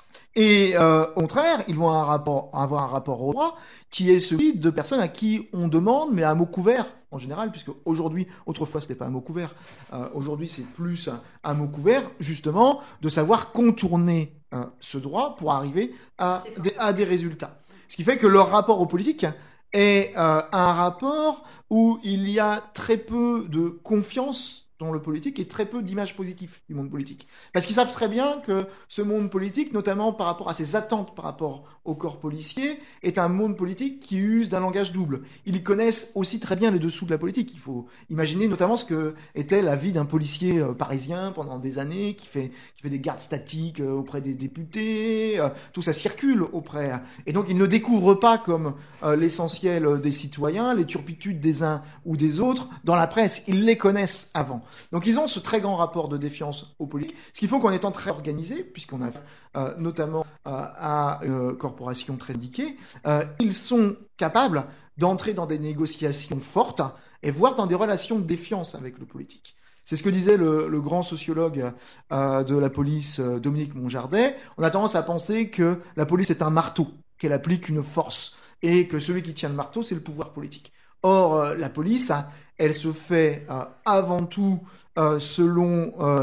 S6: Et euh, au contraire, ils vont avoir un, rapport, avoir un rapport au droit qui est celui de personnes à qui on demande, mais à mot couvert en général, puisque aujourd'hui, autrefois c'était pas un mot couvert, euh, aujourd'hui c'est plus un, un mot couvert, justement, de savoir contourner euh, ce droit pour arriver à des, à des résultats. Ce qui fait que leur rapport aux politiques est euh, un rapport où il y a très peu de confiance dans le politique et très peu d'images positives du monde politique. Parce qu'ils savent très bien que ce monde politique, notamment par rapport à ses attentes par rapport au corps policier, est un monde politique qui use d'un langage double. Ils connaissent aussi très bien les dessous de la politique. Il faut imaginer notamment ce que était la vie d'un policier euh, parisien pendant des années, qui fait, qui fait des gardes statiques euh, auprès des députés, euh, tout ça circule auprès. Et donc ils ne découvrent pas comme euh, l'essentiel des citoyens, les turpitudes des uns ou des autres dans la presse. Ils les connaissent avant. Donc ils ont ce très grand rapport de défiance aux politiques, ce qui faut qu'en étant très organisé, puisqu'on a euh, notamment euh, à euh, corporations très indiquées, euh, ils sont capables d'entrer dans des négociations fortes et voire dans des relations de défiance avec le politique. C'est ce que disait le, le grand sociologue euh, de la police, euh, Dominique Monjardet. On a tendance à penser que la police est un marteau, qu'elle applique une force, et que celui qui tient le marteau, c'est le pouvoir politique. Or, euh, la police, elle se fait euh, avant tout euh, selon euh,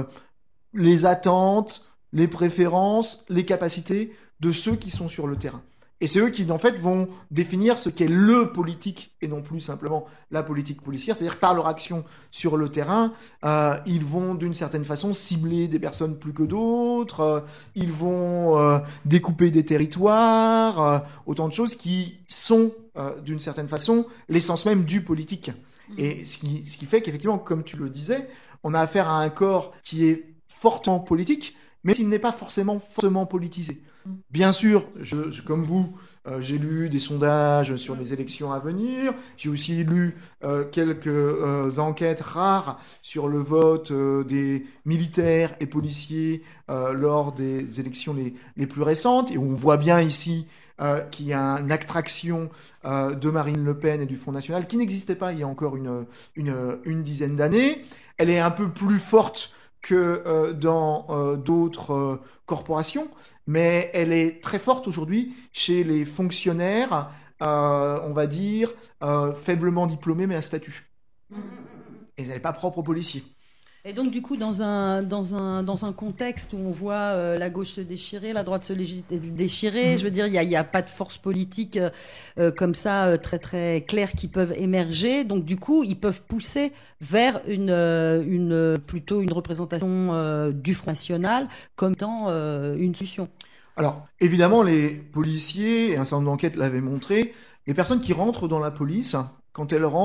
S6: les attentes, les préférences, les capacités de ceux qui sont sur le terrain. Et c'est eux qui, en fait, vont définir ce qu'est le politique et non plus simplement la politique policière. C'est-à-dire que par leur action sur le terrain, euh, ils vont d'une certaine façon cibler des personnes plus que d'autres, euh, ils vont euh, découper des territoires, euh, autant de choses qui sont euh, d'une certaine façon l'essence même du politique. Et ce qui, ce qui fait qu'effectivement, comme tu le disais, on a affaire à un corps qui est fortement politique, mais qui n'est pas forcément fortement politisé. Bien sûr, je, je, comme vous, euh, j'ai lu des sondages sur les élections à venir. J'ai aussi lu euh, quelques euh, enquêtes rares sur le vote euh, des militaires et policiers euh, lors des élections les, les plus récentes. Et on voit bien ici euh, qu'il y a une attraction euh, de Marine Le Pen et du Front National qui n'existait pas il y a encore une, une, une dizaine d'années. Elle est un peu plus forte que euh, dans euh, d'autres euh, corporations, mais elle est très forte aujourd'hui chez les fonctionnaires, euh, on va dire, euh, faiblement diplômés mais à statut. Et elle n'est pas propre aux policiers.
S5: Et donc, du coup, dans un, dans un, dans un contexte où on voit euh, la gauche se déchirer, la droite se légis- déchirer, mmh. je veux dire, il n'y a, y a pas de force politique euh, comme ça, euh, très, très claire, qui peuvent émerger. Donc, du coup, ils peuvent pousser vers une, euh, une, plutôt une représentation euh, du Front National comme étant euh, une solution.
S6: Alors, évidemment, les policiers, et un certain nombre d'enquêtes l'avaient montré, les personnes qui rentrent dans la police, quand elles rentrent,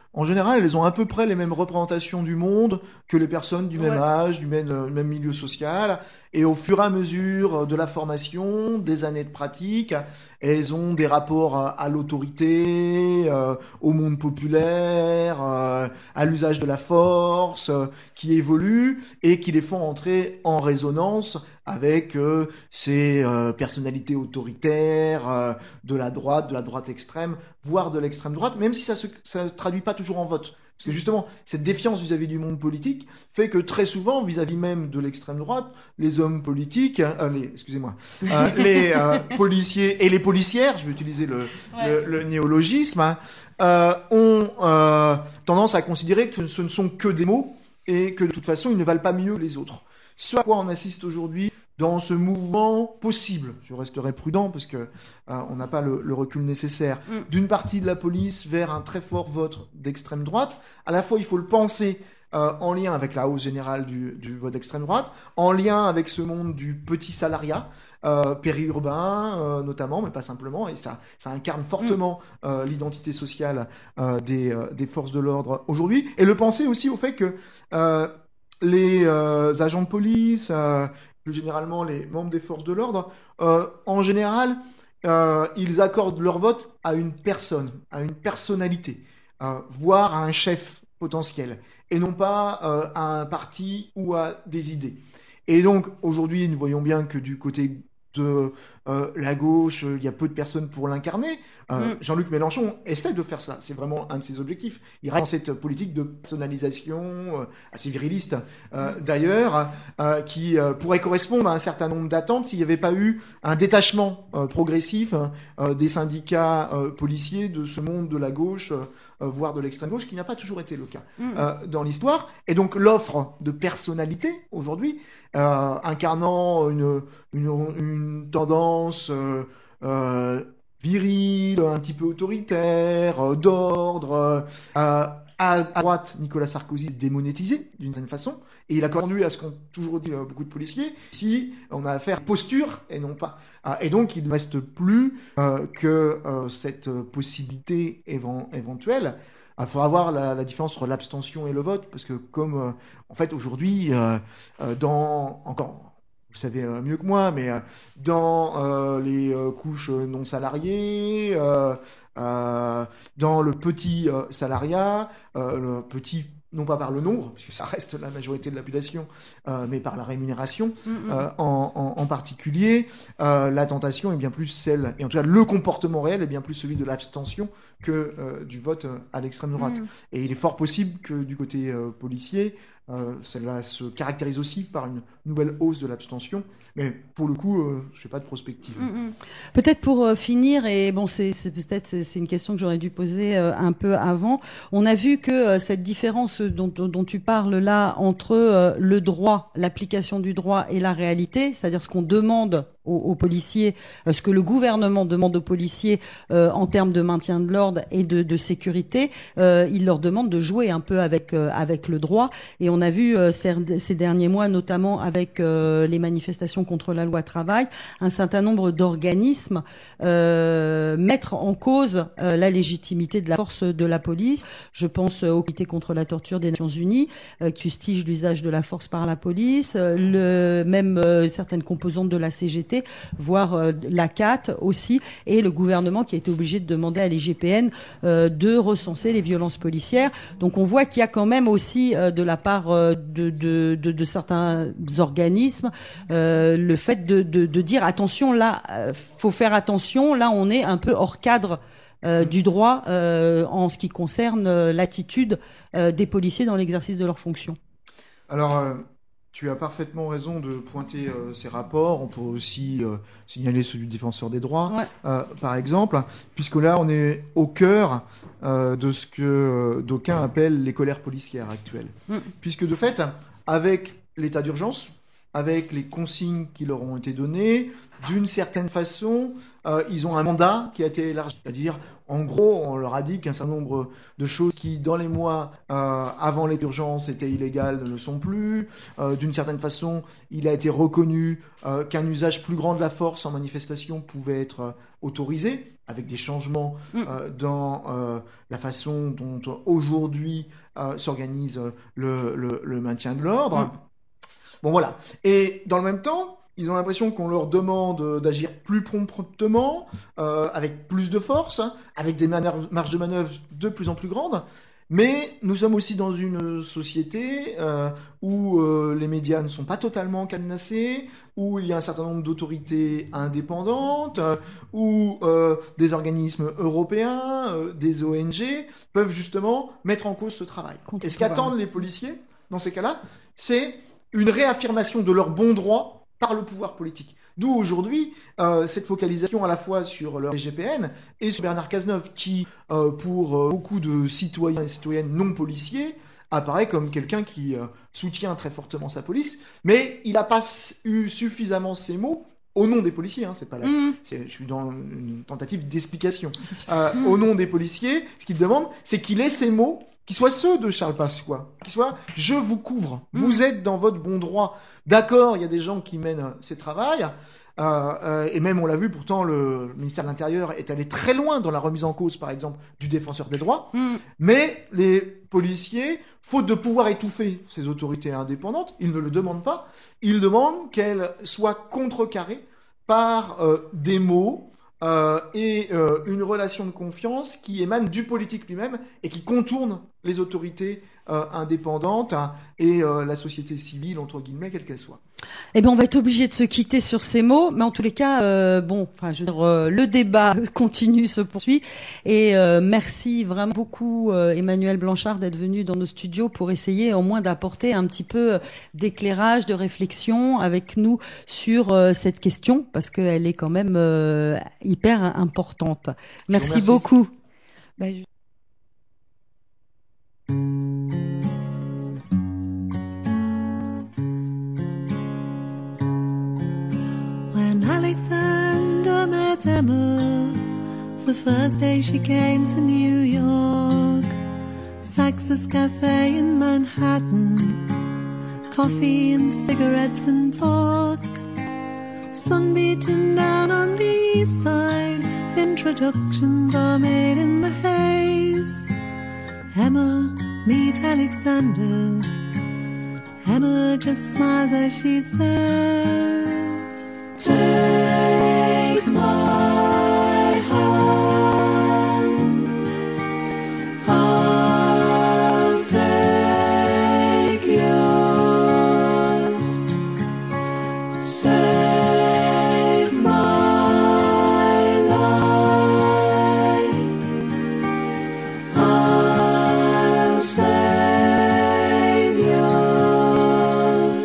S6: en général, elles ont à peu près les mêmes représentations du monde que les personnes du même
S5: Ouais.
S6: âge, du même, euh, même milieu social. Et au fur et à mesure de la formation, des années de pratique, elles ont des rapports à, à l'autorité, euh, au monde populaire, euh, à l'usage de la force, euh, qui évoluent et qui les font entrer en résonance avec euh, ces euh, personnalités autoritaires euh, de la droite, de la droite extrême, voire de l'extrême droite, même si ça se, ça se traduit pas toujours en vote. Parce que justement, cette défiance vis-à-vis du monde politique fait que très souvent, vis-à-vis même de l'extrême droite, les hommes politiques, euh, les, excusez-moi, euh, les euh, policiers et les policières, je vais utiliser le,
S5: Ouais.
S6: le, le néologisme, hein, euh, ont euh, tendance à considérer que ce ne sont que des mots et que de toute façon, ils ne valent pas mieux que les autres. Ce à quoi on assiste aujourd'hui dans ce mouvement possible, je resterai prudent parce que euh, on n'a pas le, le recul nécessaire,
S5: Mm.
S6: d'une partie de la police vers un très fort vote d'extrême droite. À la fois, il faut le penser euh, en lien avec la hausse générale du, du vote d'extrême droite, en lien avec ce monde du petit salariat, euh, périurbain euh, notamment, mais pas simplement, et ça, ça incarne fortement euh, l'identité sociale euh, des, euh, des forces de l'ordre aujourd'hui. Et le penser aussi au fait que euh, les euh, agents de police, euh, plus généralement les membres des forces de l'ordre, euh, en général, euh, ils accordent leur vote à une personne, à une personnalité, euh, voire à un chef potentiel, et non pas euh, à un parti ou à des idées. Et donc, aujourd'hui, nous voyons bien que du côté de euh, la gauche, il y a peu de personnes pour l'incarner. Euh,
S5: Mm.
S6: Jean-Luc Mélenchon essaie de faire ça. C'est vraiment un de ses objectifs. Il reste dans cette politique de personnalisation euh, assez viriliste, euh, d'ailleurs, euh, qui euh, pourrait correspondre à un certain nombre d'attentes s'il n'y avait pas eu un détachement euh, progressif euh, des syndicats euh, policiers de ce monde de la gauche, euh, voire de l'extrême gauche, qui n'a pas toujours été le cas
S5: Mm.
S6: euh, dans l'histoire. Et donc l'offre de personnalité aujourd'hui, euh, incarnant une, une, une tendance euh, euh, virile, un petit peu autoritaire, euh, d'ordre, euh, à, à droite, Nicolas Sarkozy se démonétisé d'une certaine façon, et il a conduit à ce qu'ont toujours dit euh, beaucoup de policiers, si on a affaire à posture et non pas. Ah, et donc il ne reste plus euh, que euh, cette possibilité évent- éventuelle. Il faut avoir la, la différence entre l'abstention et le vote, parce que comme euh, en fait aujourd'hui, euh, euh, dans encore vous le savez euh, mieux que moi, mais euh, dans euh, les euh, couches non salariées, euh, euh, dans le petit euh, salariat, euh, le petit non pas par le nombre, puisque ça reste la majorité de la population, euh, mais par la rémunération
S5: Mm, mm.
S6: euh, en, en, en particulier, euh, la tentation est bien plus celle, et en tout cas le comportement réel est bien plus celui de l'abstention que euh, du vote euh, à l'extrême droite.
S5: Mm.
S6: Et il est fort possible que du côté euh, policier, euh, cela se caractérise aussi par une nouvelle hausse de l'abstention, mais pour le coup, euh, je ne fais pas de prospective.
S5: Mm, mm. Peut-être pour euh, finir, et bon, c'est c'est- peut-être c'est c'est une question que j'aurais dû poser euh, un peu avant. On a vu que euh, cette différence dont, dont, dont tu parles là entre euh, le droit, l'application du droit et la réalité, c'est-à-dire ce qu'on demande aux, aux policiers, euh, ce que le gouvernement demande aux policiers euh, en termes de maintien de l'ordre et de, de sécurité, euh, il leur demande de jouer un peu avec euh, avec le droit. Et on a vu euh, ces, ces derniers mois, notamment avec euh, les manifestations contre la loi travail, un certain nombre d'organismes euh, mettre en cause euh, la légitimité de la force de la police. Je pense euh, au Comité contre la torture des Nations Unies, euh, qui fustige l'usage de la force par la police, euh, le, même euh, certaines composantes de la C G T, voire euh, la C A T aussi, et le gouvernement qui a été obligé de demander à l'I G P N euh, de recenser les violences policières. Donc on voit qu'il y a quand même aussi euh, de la part euh, de, de, de, de certains organismes euh, le fait de, de, de dire attention là, euh, faut faire attention, là on est un peu hors cadre euh, du droit euh, en ce qui concerne euh, l'attitude euh, des policiers dans l'exercice de leurs fonctions.
S6: Alors, euh, tu as parfaitement raison de pointer euh, ces rapports. On peut aussi euh, signaler celui du défenseur des droits,
S5: Ouais.
S6: euh, par exemple, puisque là, on est au cœur euh, de ce que euh, d'aucuns appellent les colères policières actuelles.
S5: Mm.
S6: Puisque de fait, avec l'état d'urgence, avec les consignes qui leur ont été données. D'une certaine façon, euh, ils ont un mandat qui a été élargi. C'est-à-dire, en gros, on leur a dit qu'un certain nombre de choses qui, dans les mois euh, avant l'état d'urgence, étaient illégales, ne le sont plus. Euh, d'une certaine façon, il a été reconnu euh, qu'un usage plus grand de la force en manifestation pouvait être euh, autorisé, avec des changements euh, dans euh, la façon dont euh, aujourd'hui euh, s'organise le, le, le maintien de l'ordre. Mm. Bon, voilà. Et dans le même temps, ils ont l'impression qu'on leur demande d'agir plus promptement, euh, avec plus de force, avec des marges de manœuvre de plus en plus grandes. Mais nous sommes aussi dans une société euh, où euh, les médias ne sont pas totalement cadenassés, où il y a un certain nombre d'autorités indépendantes, euh, où euh, des organismes européens, euh, des O N G peuvent justement mettre en cause ce travail. Et ce qu'attendent les policiers, dans ces cas-là, c'est une réaffirmation de leurs bons droits par le pouvoir politique. D'où aujourd'hui euh, cette focalisation à la fois sur le G P N et sur Bernard Cazeneuve, qui, euh, pour euh, beaucoup de citoyens et citoyennes non policiers, apparaît comme quelqu'un qui euh, soutient très fortement sa police, mais il n'a pas eu suffisamment ces mots au nom des policiers. Hein, c'est pas la... mmh. c'est, je suis dans une tentative d'explication. Euh, mmh. Au nom des policiers, ce qu'il demande, c'est qu'il ait ces mots qui soient ceux de Charles Pasqua, qui soient « je vous couvre, mmh. vous êtes dans votre bon droit ». D'accord, il y a des gens qui mènent ces travails, euh, euh, et même on l'a vu, pourtant le ministère de l'Intérieur est allé très loin dans la remise en cause, par exemple, du défenseur des droits, mmh. mais les policiers, faute de pouvoir étouffer ces autorités indépendantes, ils ne le demandent pas, ils demandent qu'elles soient contrecarrées par euh, des mots, Euh, et euh, une relation de confiance qui émane du politique lui-même et qui contourne les autorités euh, indépendantes hein, et euh, la société civile, entre guillemets, quelle qu'elle soit.
S5: Eh bien, on va être obligé de se quitter sur ces mots, mais en tous les cas, euh, bon, enfin, je veux dire, euh, le débat continue, se poursuit, et euh, merci vraiment beaucoup, euh, Emmanuel Blanchard, d'être venu dans nos studios pour essayer au moins d'apporter un petit peu d'éclairage, de réflexion avec nous sur euh, cette question, parce qu'elle est quand même euh, hyper importante. Merci beaucoup. Bah, je...
S8: When Alexander met Emma, the first day she came to New York, Sax's Cafe in Manhattan, coffee and cigarettes and talk, sun beating down on the east side, introductions are made in the haze. Emma, meet Alexander. Emma just smiles as she says, take my hand, I'll take yours, save my life, I'll save yours.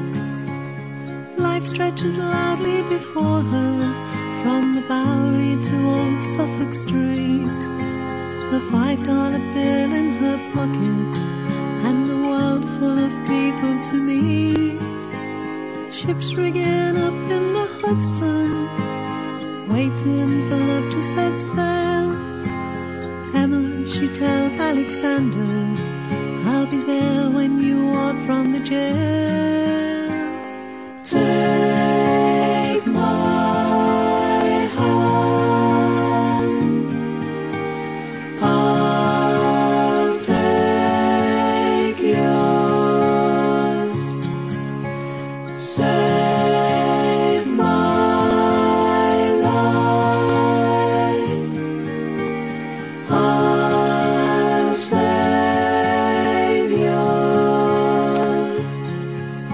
S8: Life stretches loudly before her, from the Bowery to Old Suffolk Street, a five dollar bill in her pocket, and a world full of people to meet. Ships rigging up in the Hudson, waiting for love to set sail. Emma, she tells Alexander, I'll be there when you walk from the jail. Take my hand, I'll take yours, save my life, I'll save yours.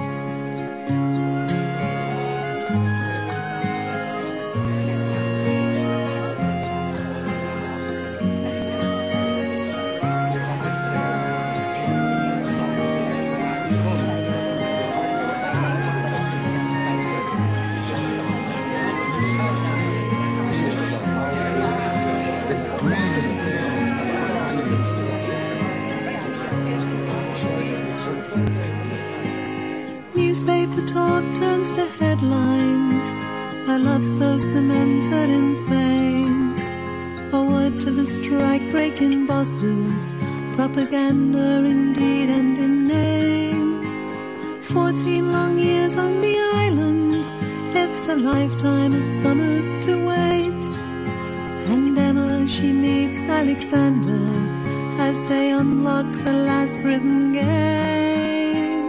S8: our love so cemented in fame. A word to the strike-breaking bosses, propaganda in deed and in name. Fourteen long years on the island, it's a lifetime of summers to wait. And Emma, she meets Alexander as they unlock the last prison gate.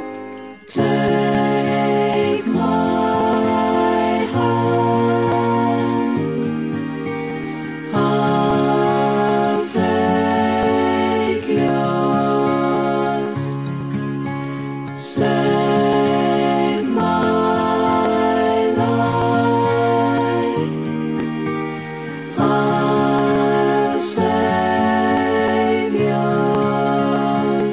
S8: Take my hand, I'll take yours. Save my life, I'll save yours.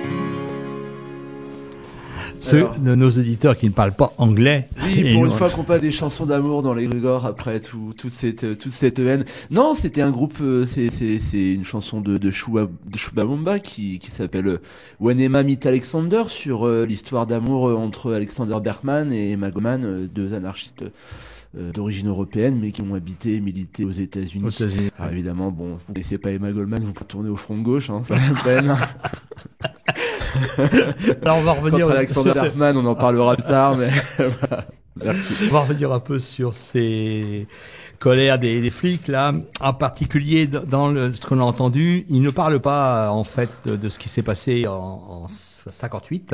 S4: Ceux
S9: Alors.
S4: de nos auditeurs qui ne parlent pas anglais.
S9: Oui,
S4: et
S9: pour
S4: nous-
S9: une fois qu'on passe des chansons d'amour dans les Grégor après tout, toute cette, euh, toute cette haine. Non, c'était un groupe, euh, c'est, c'est, c'est une chanson de, de Chouba, de Chubamamba qui, qui s'appelle euh, When Emma Meet Alexander sur euh, l'histoire d'amour euh, entre Alexander Berkman et Emma Goldman, euh, deux anarchistes euh, d'origine européenne mais qui ont habité et milité aux États-Unis.
S4: Aux États-Unis.
S9: Alors évidemment, bon, vous laissez pas Emma Goldman, vous retournez au front de gauche, hein, c'est pas la peine.
S4: Alors on va revenir
S9: Contre Alexander
S4: sur ce-
S9: Berkman, on en parlera plus tard, mais voilà. Merci.
S4: On va revenir un peu sur ces colères des, des flics là, en particulier d- dans le, ce qu'on a entendu. Ils ne parlent pas en fait de, de ce qui s'est passé en, en cinquante-huit.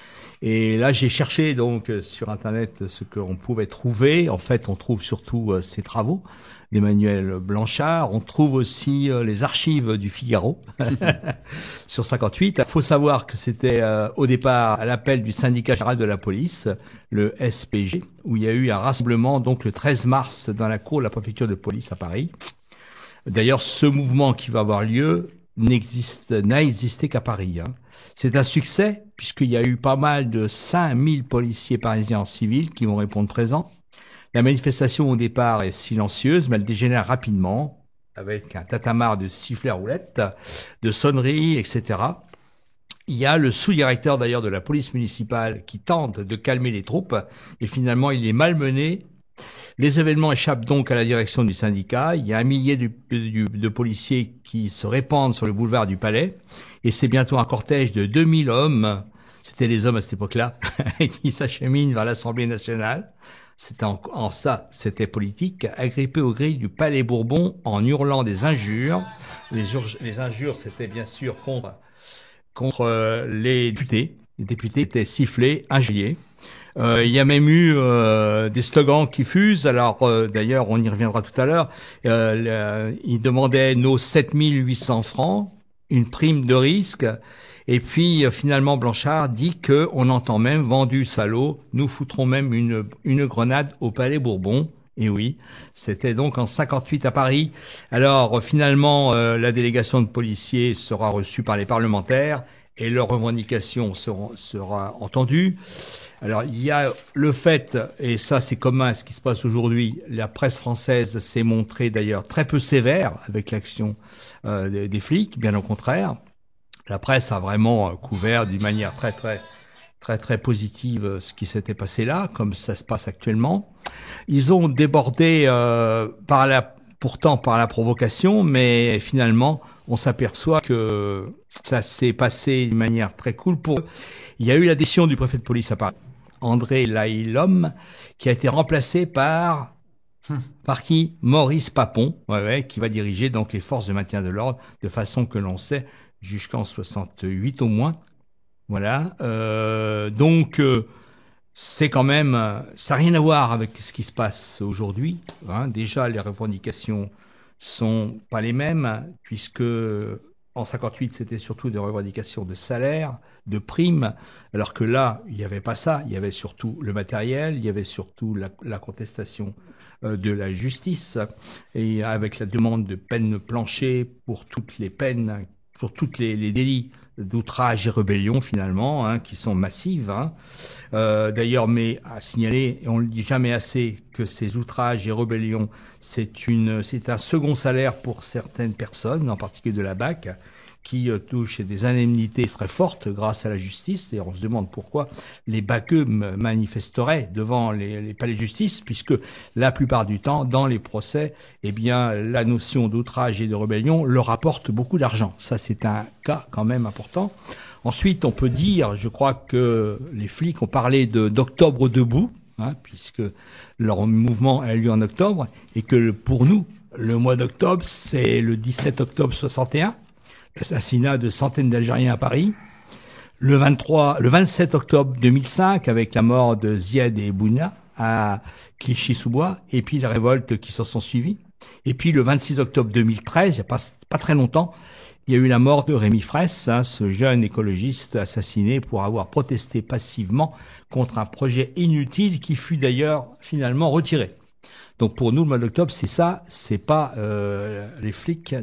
S4: Et là, j'ai cherché donc euh, sur internet ce qu'on pouvait trouver. En fait, on trouve surtout euh, ses travaux d'Emmanuel Blanchard. On trouve aussi euh, les archives du Figaro sur cinquante-huit. Il faut savoir que c'était euh, au départ à l'appel du syndicat général de la police, le S P G, où il y a eu un rassemblement donc le treize mars dans la cour de la préfecture de police à Paris. D'ailleurs, ce mouvement qui va avoir lieu n'existe, n'a existé qu'à Paris, hein. C'est un succès puisqu'il y a eu pas mal de cinq mille policiers parisiens en civil qui vont répondre présents. La manifestation au départ est silencieuse, mais elle dégénère rapidement avec un tatamar de sifflets à roulettes, de sonneries, et cetera. Il y a le sous-directeur d'ailleurs de la police municipale qui tente de calmer les troupes et finalement il est malmené. Les événements échappent donc à la direction du syndicat. Il y a un millier de, de, de policiers qui se répandent sur le boulevard du Palais et c'est bientôt un cortège de deux mille hommes, c'était les hommes à cette époque-là, qui s'acheminent vers l'Assemblée nationale. C'était en, en ça, c'était politique, agrippés aux grilles du Palais Bourbon en hurlant des injures. Les, urge, les injures, c'était bien sûr contre, contre euh, les députés. Les députés étaient sifflés, injuriés. Euh, il y a même eu euh, des slogans qui fusent. Alors euh, d'ailleurs, on y reviendra tout à l'heure. Euh, le, ils demandaient nos sept mille huit cents francs, une prime de risque. Et puis euh, finalement, Blanchard dit que on entend même vendu salaud. Nous foutrons même une une grenade au Palais Bourbon. Et oui, c'était donc en cinquante-huit à Paris. Alors euh, finalement, euh, la délégation de policiers sera reçue par les parlementaires et leurs revendications seront sera entendues. Alors, il y a le fait, et ça c'est commun à ce qui se passe aujourd'hui, la presse française s'est montrée d'ailleurs très peu sévère avec l'action euh, des, des flics, bien au contraire. La presse a vraiment euh, couvert d'une manière très très très très positive euh, ce qui s'était passé là, comme ça se passe actuellement. Ils ont débordé euh, par la, pourtant par la provocation, mais finalement, on s'aperçoit que ça s'est passé d'une manière très cool pour eux. Il y a eu la décision du préfet de police à Paris, André Laillhomme, qui a été remplacé par hum. par qui Maurice Papon, ouais, ouais, qui va diriger donc les forces de maintien de l'ordre de façon que l'on sait jusqu'en soixante-huit au moins. Voilà. Euh, donc euh, c'est quand même, ça n'a rien à voir avec ce qui se passe aujourd'hui. Hein. Déjà, les revendications sont pas les mêmes puisque en cinquante-huit, c'était surtout des revendications de salaire, de primes, alors que là, il n'y avait pas ça. Il y avait surtout le matériel, il y avait surtout la, la contestation euh, de la justice, et avec la demande de peine plancher pour toutes les peines, pour toutes les, les délits d'outrage et rébellion finalement, hein, qui sont massives. Hein. Euh, d'ailleurs, mais à signaler, et on le dit jamais assez, que ces outrages et rébellions, c'est une, c'est un second salaire pour certaines personnes, en particulier de la B A C, qui euh, touchent des indemnités très fortes grâce à la justice. Et on se demande pourquoi les baqueux manifesteraient devant les, les palais de justice, puisque la plupart du temps, dans les procès, eh bien, la notion d'outrage et de rébellion leur apporte beaucoup d'argent. Ça, c'est un cas quand même important. Ensuite, on peut dire, je crois que les flics ont parlé de, d'Octobre debout, hein, puisque leur mouvement a eu lieu en octobre, et que pour nous, le mois d'octobre, c'est le dix-sept octobre soixante et un, l'assassinat de centaines d'Algériens à Paris. Le vingt-trois, le vingt-sept octobre deux mille cinq, avec la mort de Ziad et Bouna à Clichy-sous-Bois, et puis les révoltes qui s'en sont suivies. Et puis le vingt-six octobre deux mille treize, il n'y a pas, pas très longtemps, il y a eu la mort de Rémi Fraisse, hein, ce jeune écologiste assassiné pour avoir protesté passivement contre un projet inutile qui fut d'ailleurs finalement retiré. Donc pour nous, le mois d'octobre, c'est ça, c'est pas euh, les flics,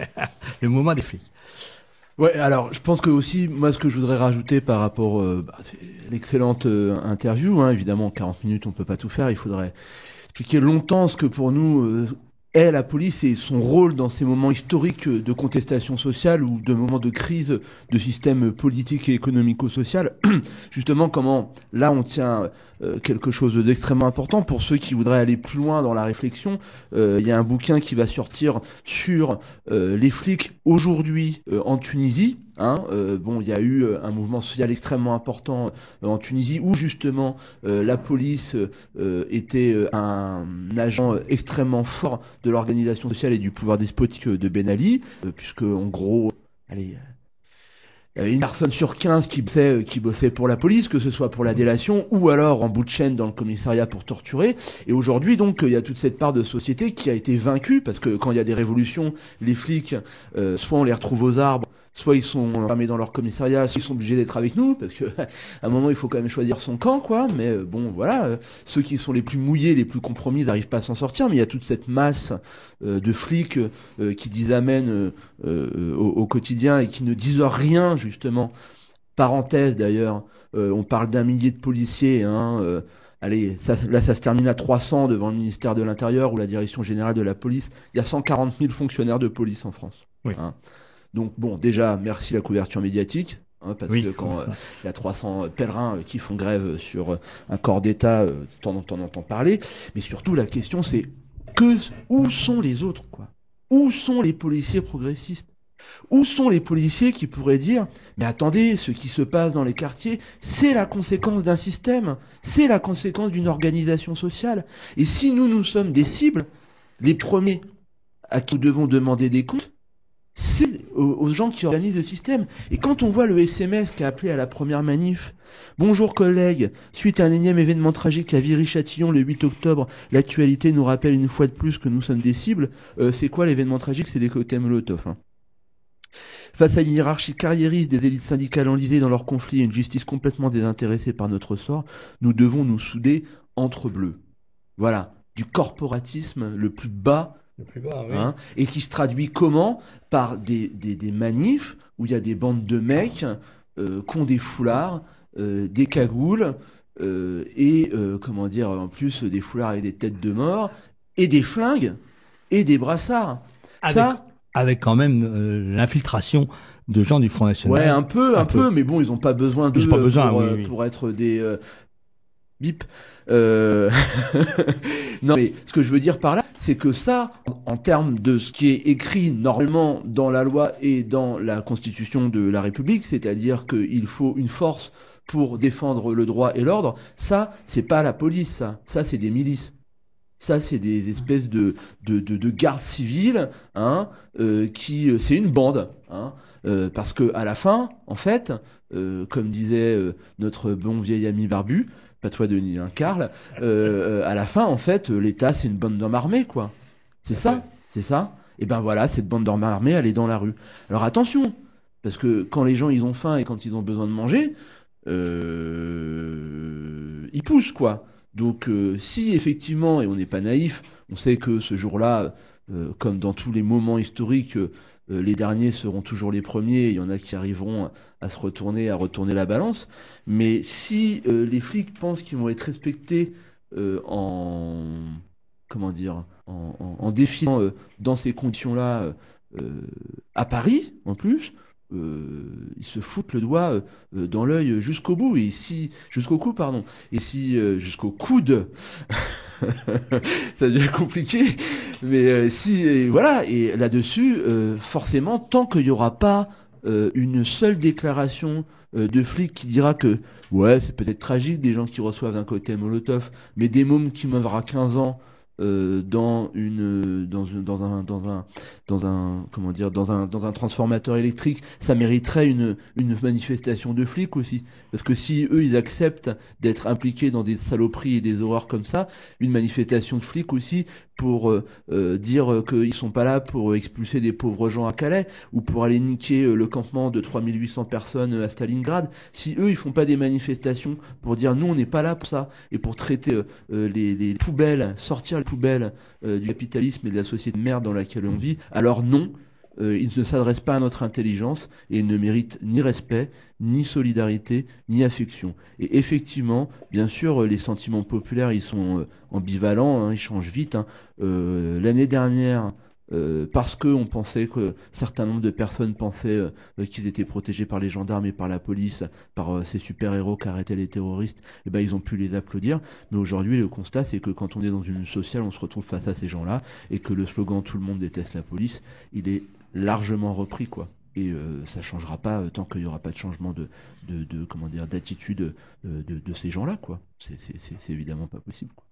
S4: le mouvement des flics.
S9: Ouais, alors je pense que aussi, moi, ce que je voudrais rajouter par rapport euh, bah, c'est l'excellente euh, interview, hein, évidemment, en quarante minutes, on peut pas tout faire, il faudrait expliquer longtemps ce que pour nous euh, est la police et son rôle dans ces moments historiques de contestation sociale ou de moments de crise de système politique et économico-social. Justement, comment là on tient euh, quelque chose d'extrêmement important pour ceux qui voudraient aller plus loin dans la réflexion. Euh, il y a un bouquin qui va sortir sur euh, les flics aujourd'hui euh, en Tunisie. Hein, euh, bon, il y a eu un mouvement social extrêmement important euh, en Tunisie où justement euh, la police euh, était euh, un agent extrêmement fort de l'organisation sociale et du pouvoir despotique de Ben Ali, euh, puisque en gros, allez, il y avait une personne sur quinze qui bossait, qui bossait pour la police, que ce soit pour la délation ou alors en bout de chaîne dans le commissariat pour torturer. Et aujourd'hui, donc, il y a toute cette part de société qui a été vaincue parce que quand il y a des révolutions, les flics, euh, soit on les retrouve aux arbres, soit ils sont enfermés dans leur commissariat, soit ils sont obligés d'être avec nous, parce que à un moment il faut quand même choisir son camp, quoi. Mais euh, bon, voilà, euh, ceux qui sont les plus mouillés, les plus compromis, n'arrivent pas à s'en sortir. Mais il y a toute cette masse euh, de flics euh, qui disent amen euh, euh, au, au quotidien et qui ne disent rien, justement. Parenthèse d'ailleurs, euh, on parle d'un millier de policiers, hein. Euh, Allez, ça, là, ça se termine à trois cents devant le ministère de l'Intérieur ou la Direction Générale de la Police. Il y a cent quarante mille fonctionnaires de police en France.
S4: Oui.
S9: Hein. Donc bon, déjà, merci la couverture médiatique, hein, parce
S4: oui.
S9: que quand euh, il y a trois cents pèlerins euh, qui font grève sur euh, un corps d'État, euh, t'en entends entend parler. Mais surtout, la question, c'est que où sont les autres, quoi? Où sont les policiers progressistes? Où sont les policiers qui pourraient dire « Mais attendez, ce qui se passe dans les quartiers, c'est la conséquence d'un système, c'est la conséquence d'une organisation sociale. Et si nous, nous sommes des cibles, les premiers à qui nous devons demander des comptes, c'est aux, aux gens qui organisent le système. » Et quand on voit le S M S qui a appelé à la première manif, « Bonjour collègues, suite à un énième événement tragique à Viry-Châtillon le huit octobre, l'actualité nous rappelle une fois de plus que nous sommes des cibles. Euh, » C'est quoi l'événement tragique? C'est des cocktails Molotov, hein. Face à une hiérarchie carriériste des élites syndicales enlisées dans leurs conflits et une justice complètement désintéressée par notre sort, nous devons nous souder entre bleus. Voilà, du corporatisme le plus bas,
S4: le plus bas, oui.
S9: Hein, et qui se traduit comment? Par des, des, des manifs où il y a des bandes de mecs euh, qui ont des foulards, euh, des cagoules, euh, et euh, comment dire, en plus des foulards avec des têtes de mort, et des flingues, et des brassards.
S4: Avec...
S9: Ça...
S4: Avec quand même euh, l'infiltration de gens du Front National.
S9: Ouais, un peu, un, un peu, peu, mais bon, ils n'ont pas besoin de
S4: pas besoin,
S9: pour,
S4: oui,
S9: euh,
S4: oui.
S9: pour être des euh, bip. Euh... non, mais ce que je veux dire par là, c'est que ça, en, en termes de ce qui est écrit normalement dans la loi et dans la Constitution de la République, c'est-à-dire qu'il faut une force pour défendre le droit et l'ordre, ça, c'est pas la police, ça, ça c'est des milices. Ça, c'est des espèces de, de, de, de gardes civiles, hein, euh, qui, c'est une bande, hein, euh, parce que à la fin, en fait, euh, comme disait euh, notre bon vieil ami barbu, pas toi Denis, hein, Karl, euh, à la fin, en fait, l'État, c'est une bande d'hommes armés, quoi. C'est ça, c'est ça. Et ben voilà, cette bande d'hommes armés, elle est dans la rue. Alors attention, parce que quand les gens, ils ont faim et quand ils ont besoin de manger, euh, ils poussent, quoi. Donc euh, si effectivement, et on n'est pas naïf, on sait que ce jour-là, euh, comme dans tous les moments historiques, euh, les derniers seront toujours les premiers, il y en a qui arriveront à se retourner, à retourner la balance, mais si euh, les flics pensent qu'ils vont être respectés euh, en, comment dire, en, en, en défilant euh, dans ces conditions-là euh, à Paris, en plus, euh, ils se foutent le doigt euh, dans l'œil jusqu'au bout et si jusqu'au cou pardon et si euh, jusqu'au coude ça devient compliqué mais euh, si et voilà et là-dessus euh, forcément tant qu'il y aura pas euh, une seule déclaration euh, de flic qui dira que ouais c'est peut-être tragique des gens qui reçoivent un cocktail Molotov mais des mômes qui meurent à quinze ans Euh, dans une dans une dans un dans un dans un comment dire dans un dans un transformateur électrique, ça mériterait une une manifestation de flics aussi parce que si eux ils acceptent d'être impliqués dans des saloperies et des horreurs comme ça, une manifestation de flics aussi pour euh, euh, dire qu'ils sont pas là pour expulser des pauvres gens à Calais ou pour aller niquer euh, le campement de trois mille huit cents personnes à Stalingrad. Si eux ils font pas des manifestations pour dire nous on n'est pas là pour ça et pour traiter euh, les, les poubelles, sortir les poubelles euh, du capitalisme et de la société de merde dans laquelle on vit, alors non, euh, ils ne s'adressent pas à notre intelligence et ils ne méritent ni respect, ni solidarité, ni affection. Et effectivement, bien sûr, les sentiments populaires, ils sont euh, ambivalents, hein, ils changent vite. Hein. Euh, l'année dernière, euh, parce que on pensait que certains nombre de personnes pensaient euh, qu'ils étaient protégés par les gendarmes et par la police, par euh, ces super-héros qui arrêtaient les terroristes, et ben ils ont pu les applaudir. Mais aujourd'hui, le constat, c'est que quand on est dans une lutte sociale, on se retrouve face à ces gens-là, et que le slogan « Tout le monde déteste la police », il est largement repris, quoi. Et euh, ça changera pas euh, tant qu'il y aura pas de changement de, de, de comment dire d'attitude euh, de, de ces gens-là, quoi. C'est, c'est, c'est, c'est évidemment pas possible, quoi.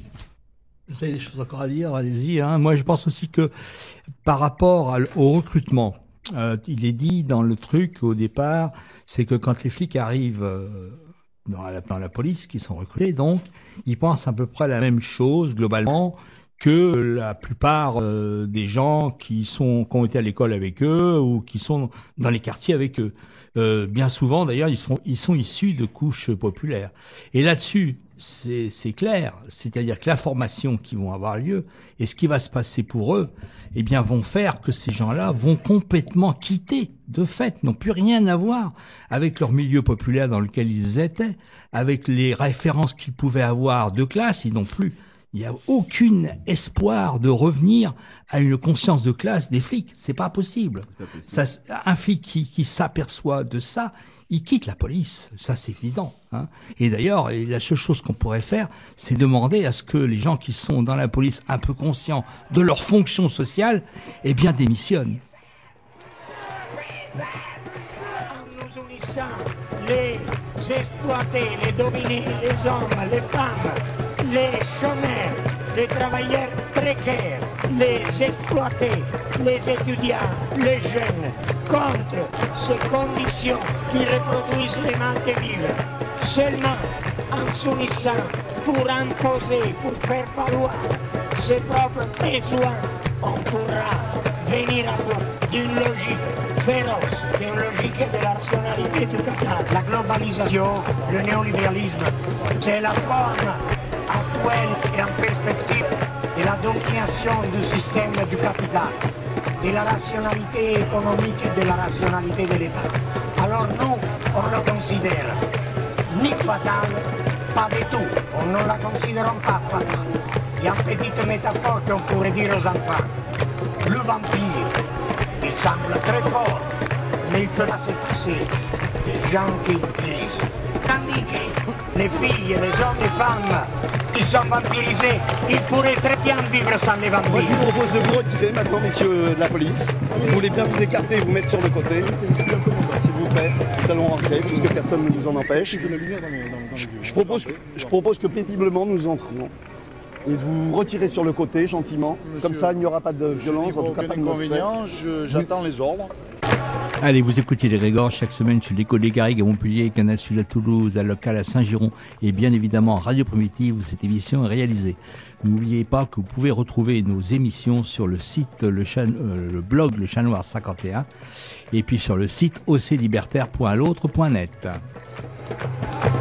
S4: Vous avez des choses encore à dire, allez-y. Hein. Moi, je pense aussi que par rapport à, au recrutement, euh, il est dit dans le truc au départ, c'est que quand les flics arrivent euh, dans, la, dans la police, qui sont recrutés, donc, ils pensent à peu près la même chose globalement que la plupart euh, des gens qui sont qui ont été à l'école avec eux ou qui sont dans les quartiers avec eux. Euh, bien souvent, d'ailleurs, ils sont ils sont issus de couches populaires. Et là-dessus, c'est c'est clair, c'est-à-dire que la formation qui vont avoir lieu et ce qui va se passer pour eux, eh bien, vont faire que ces gens-là vont complètement quitter, de fait, n'ont plus rien à voir avec leur milieu populaire dans lequel ils étaient, avec les références qu'ils pouvaient avoir de classe, ils n'ont plus. Il n'y a aucun espoir de revenir à une conscience de classe des flics. C'est pas possible. C'est pas possible. Ça, un flic qui, qui s'aperçoit de ça, il quitte la police. Ça, c'est évident. Hein. Et d'ailleurs, la seule chose qu'on pourrait faire, c'est demander à ce que les gens qui sont dans la police, un peu conscients de leur fonction sociale, eh bien, démissionnent.
S1: En nous unissant, les exploités, les dominés, les hommes, les femmes, les chômeurs, les travailleurs précaires, les exploités, les étudiants, les jeunes, contre ces conditions qui reproduisent les manques vivres. Seulement en s'unissant pour imposer, pour faire valoir ses propres besoins, on pourra venir à bout d'une logique féroce, d'une logique de la rationalité du capital. La globalisation, le néolibéralisme, c'est la forme actuelle et en perspective de la domination du système du capital, de la rationalité économique et de la rationalité de l'État. Alors nous, on le considère ni fatal, pas du tout. On ne la considère pas fatale. Il y a une petite métaphore qu'on pourrait dire aux enfants. Le vampire, il semble très fort, mais il peut là se passer des gens qui dirigent. Tandis que les filles, les hommes et femmes qui sont vampirisés, ils pourraient très bien vivre sans les vampires.
S2: Moi, je vous propose de vous retirer maintenant, messieurs de la police. Vous voulez bien vous écarter et vous mettre sur le côté, s'il vous plaît. Nous allons rentrer, puisque personne ne nous en empêche. Je, je, propose, que, je propose que paisiblement nous entrions. Et vous retirez sur le côté, gentiment. Monsieur, comme ça, il n'y aura pas de violence, en tout cas pas de
S3: inconvénient. J'attends les ordres.
S4: Allez, vous écoutez les Grégor chaque semaine sur l'écho des Garrigues à Montpellier, Canal Sud à Toulouse, à Local à Saint-Giron et bien évidemment Radio Primitive où cette émission est réalisée. N'oubliez pas que vous pouvez retrouver nos émissions sur le site, le, chan, euh, le blog Le Chat Noir cinquante et un et puis sur le site o c libertaire point l'autre point net.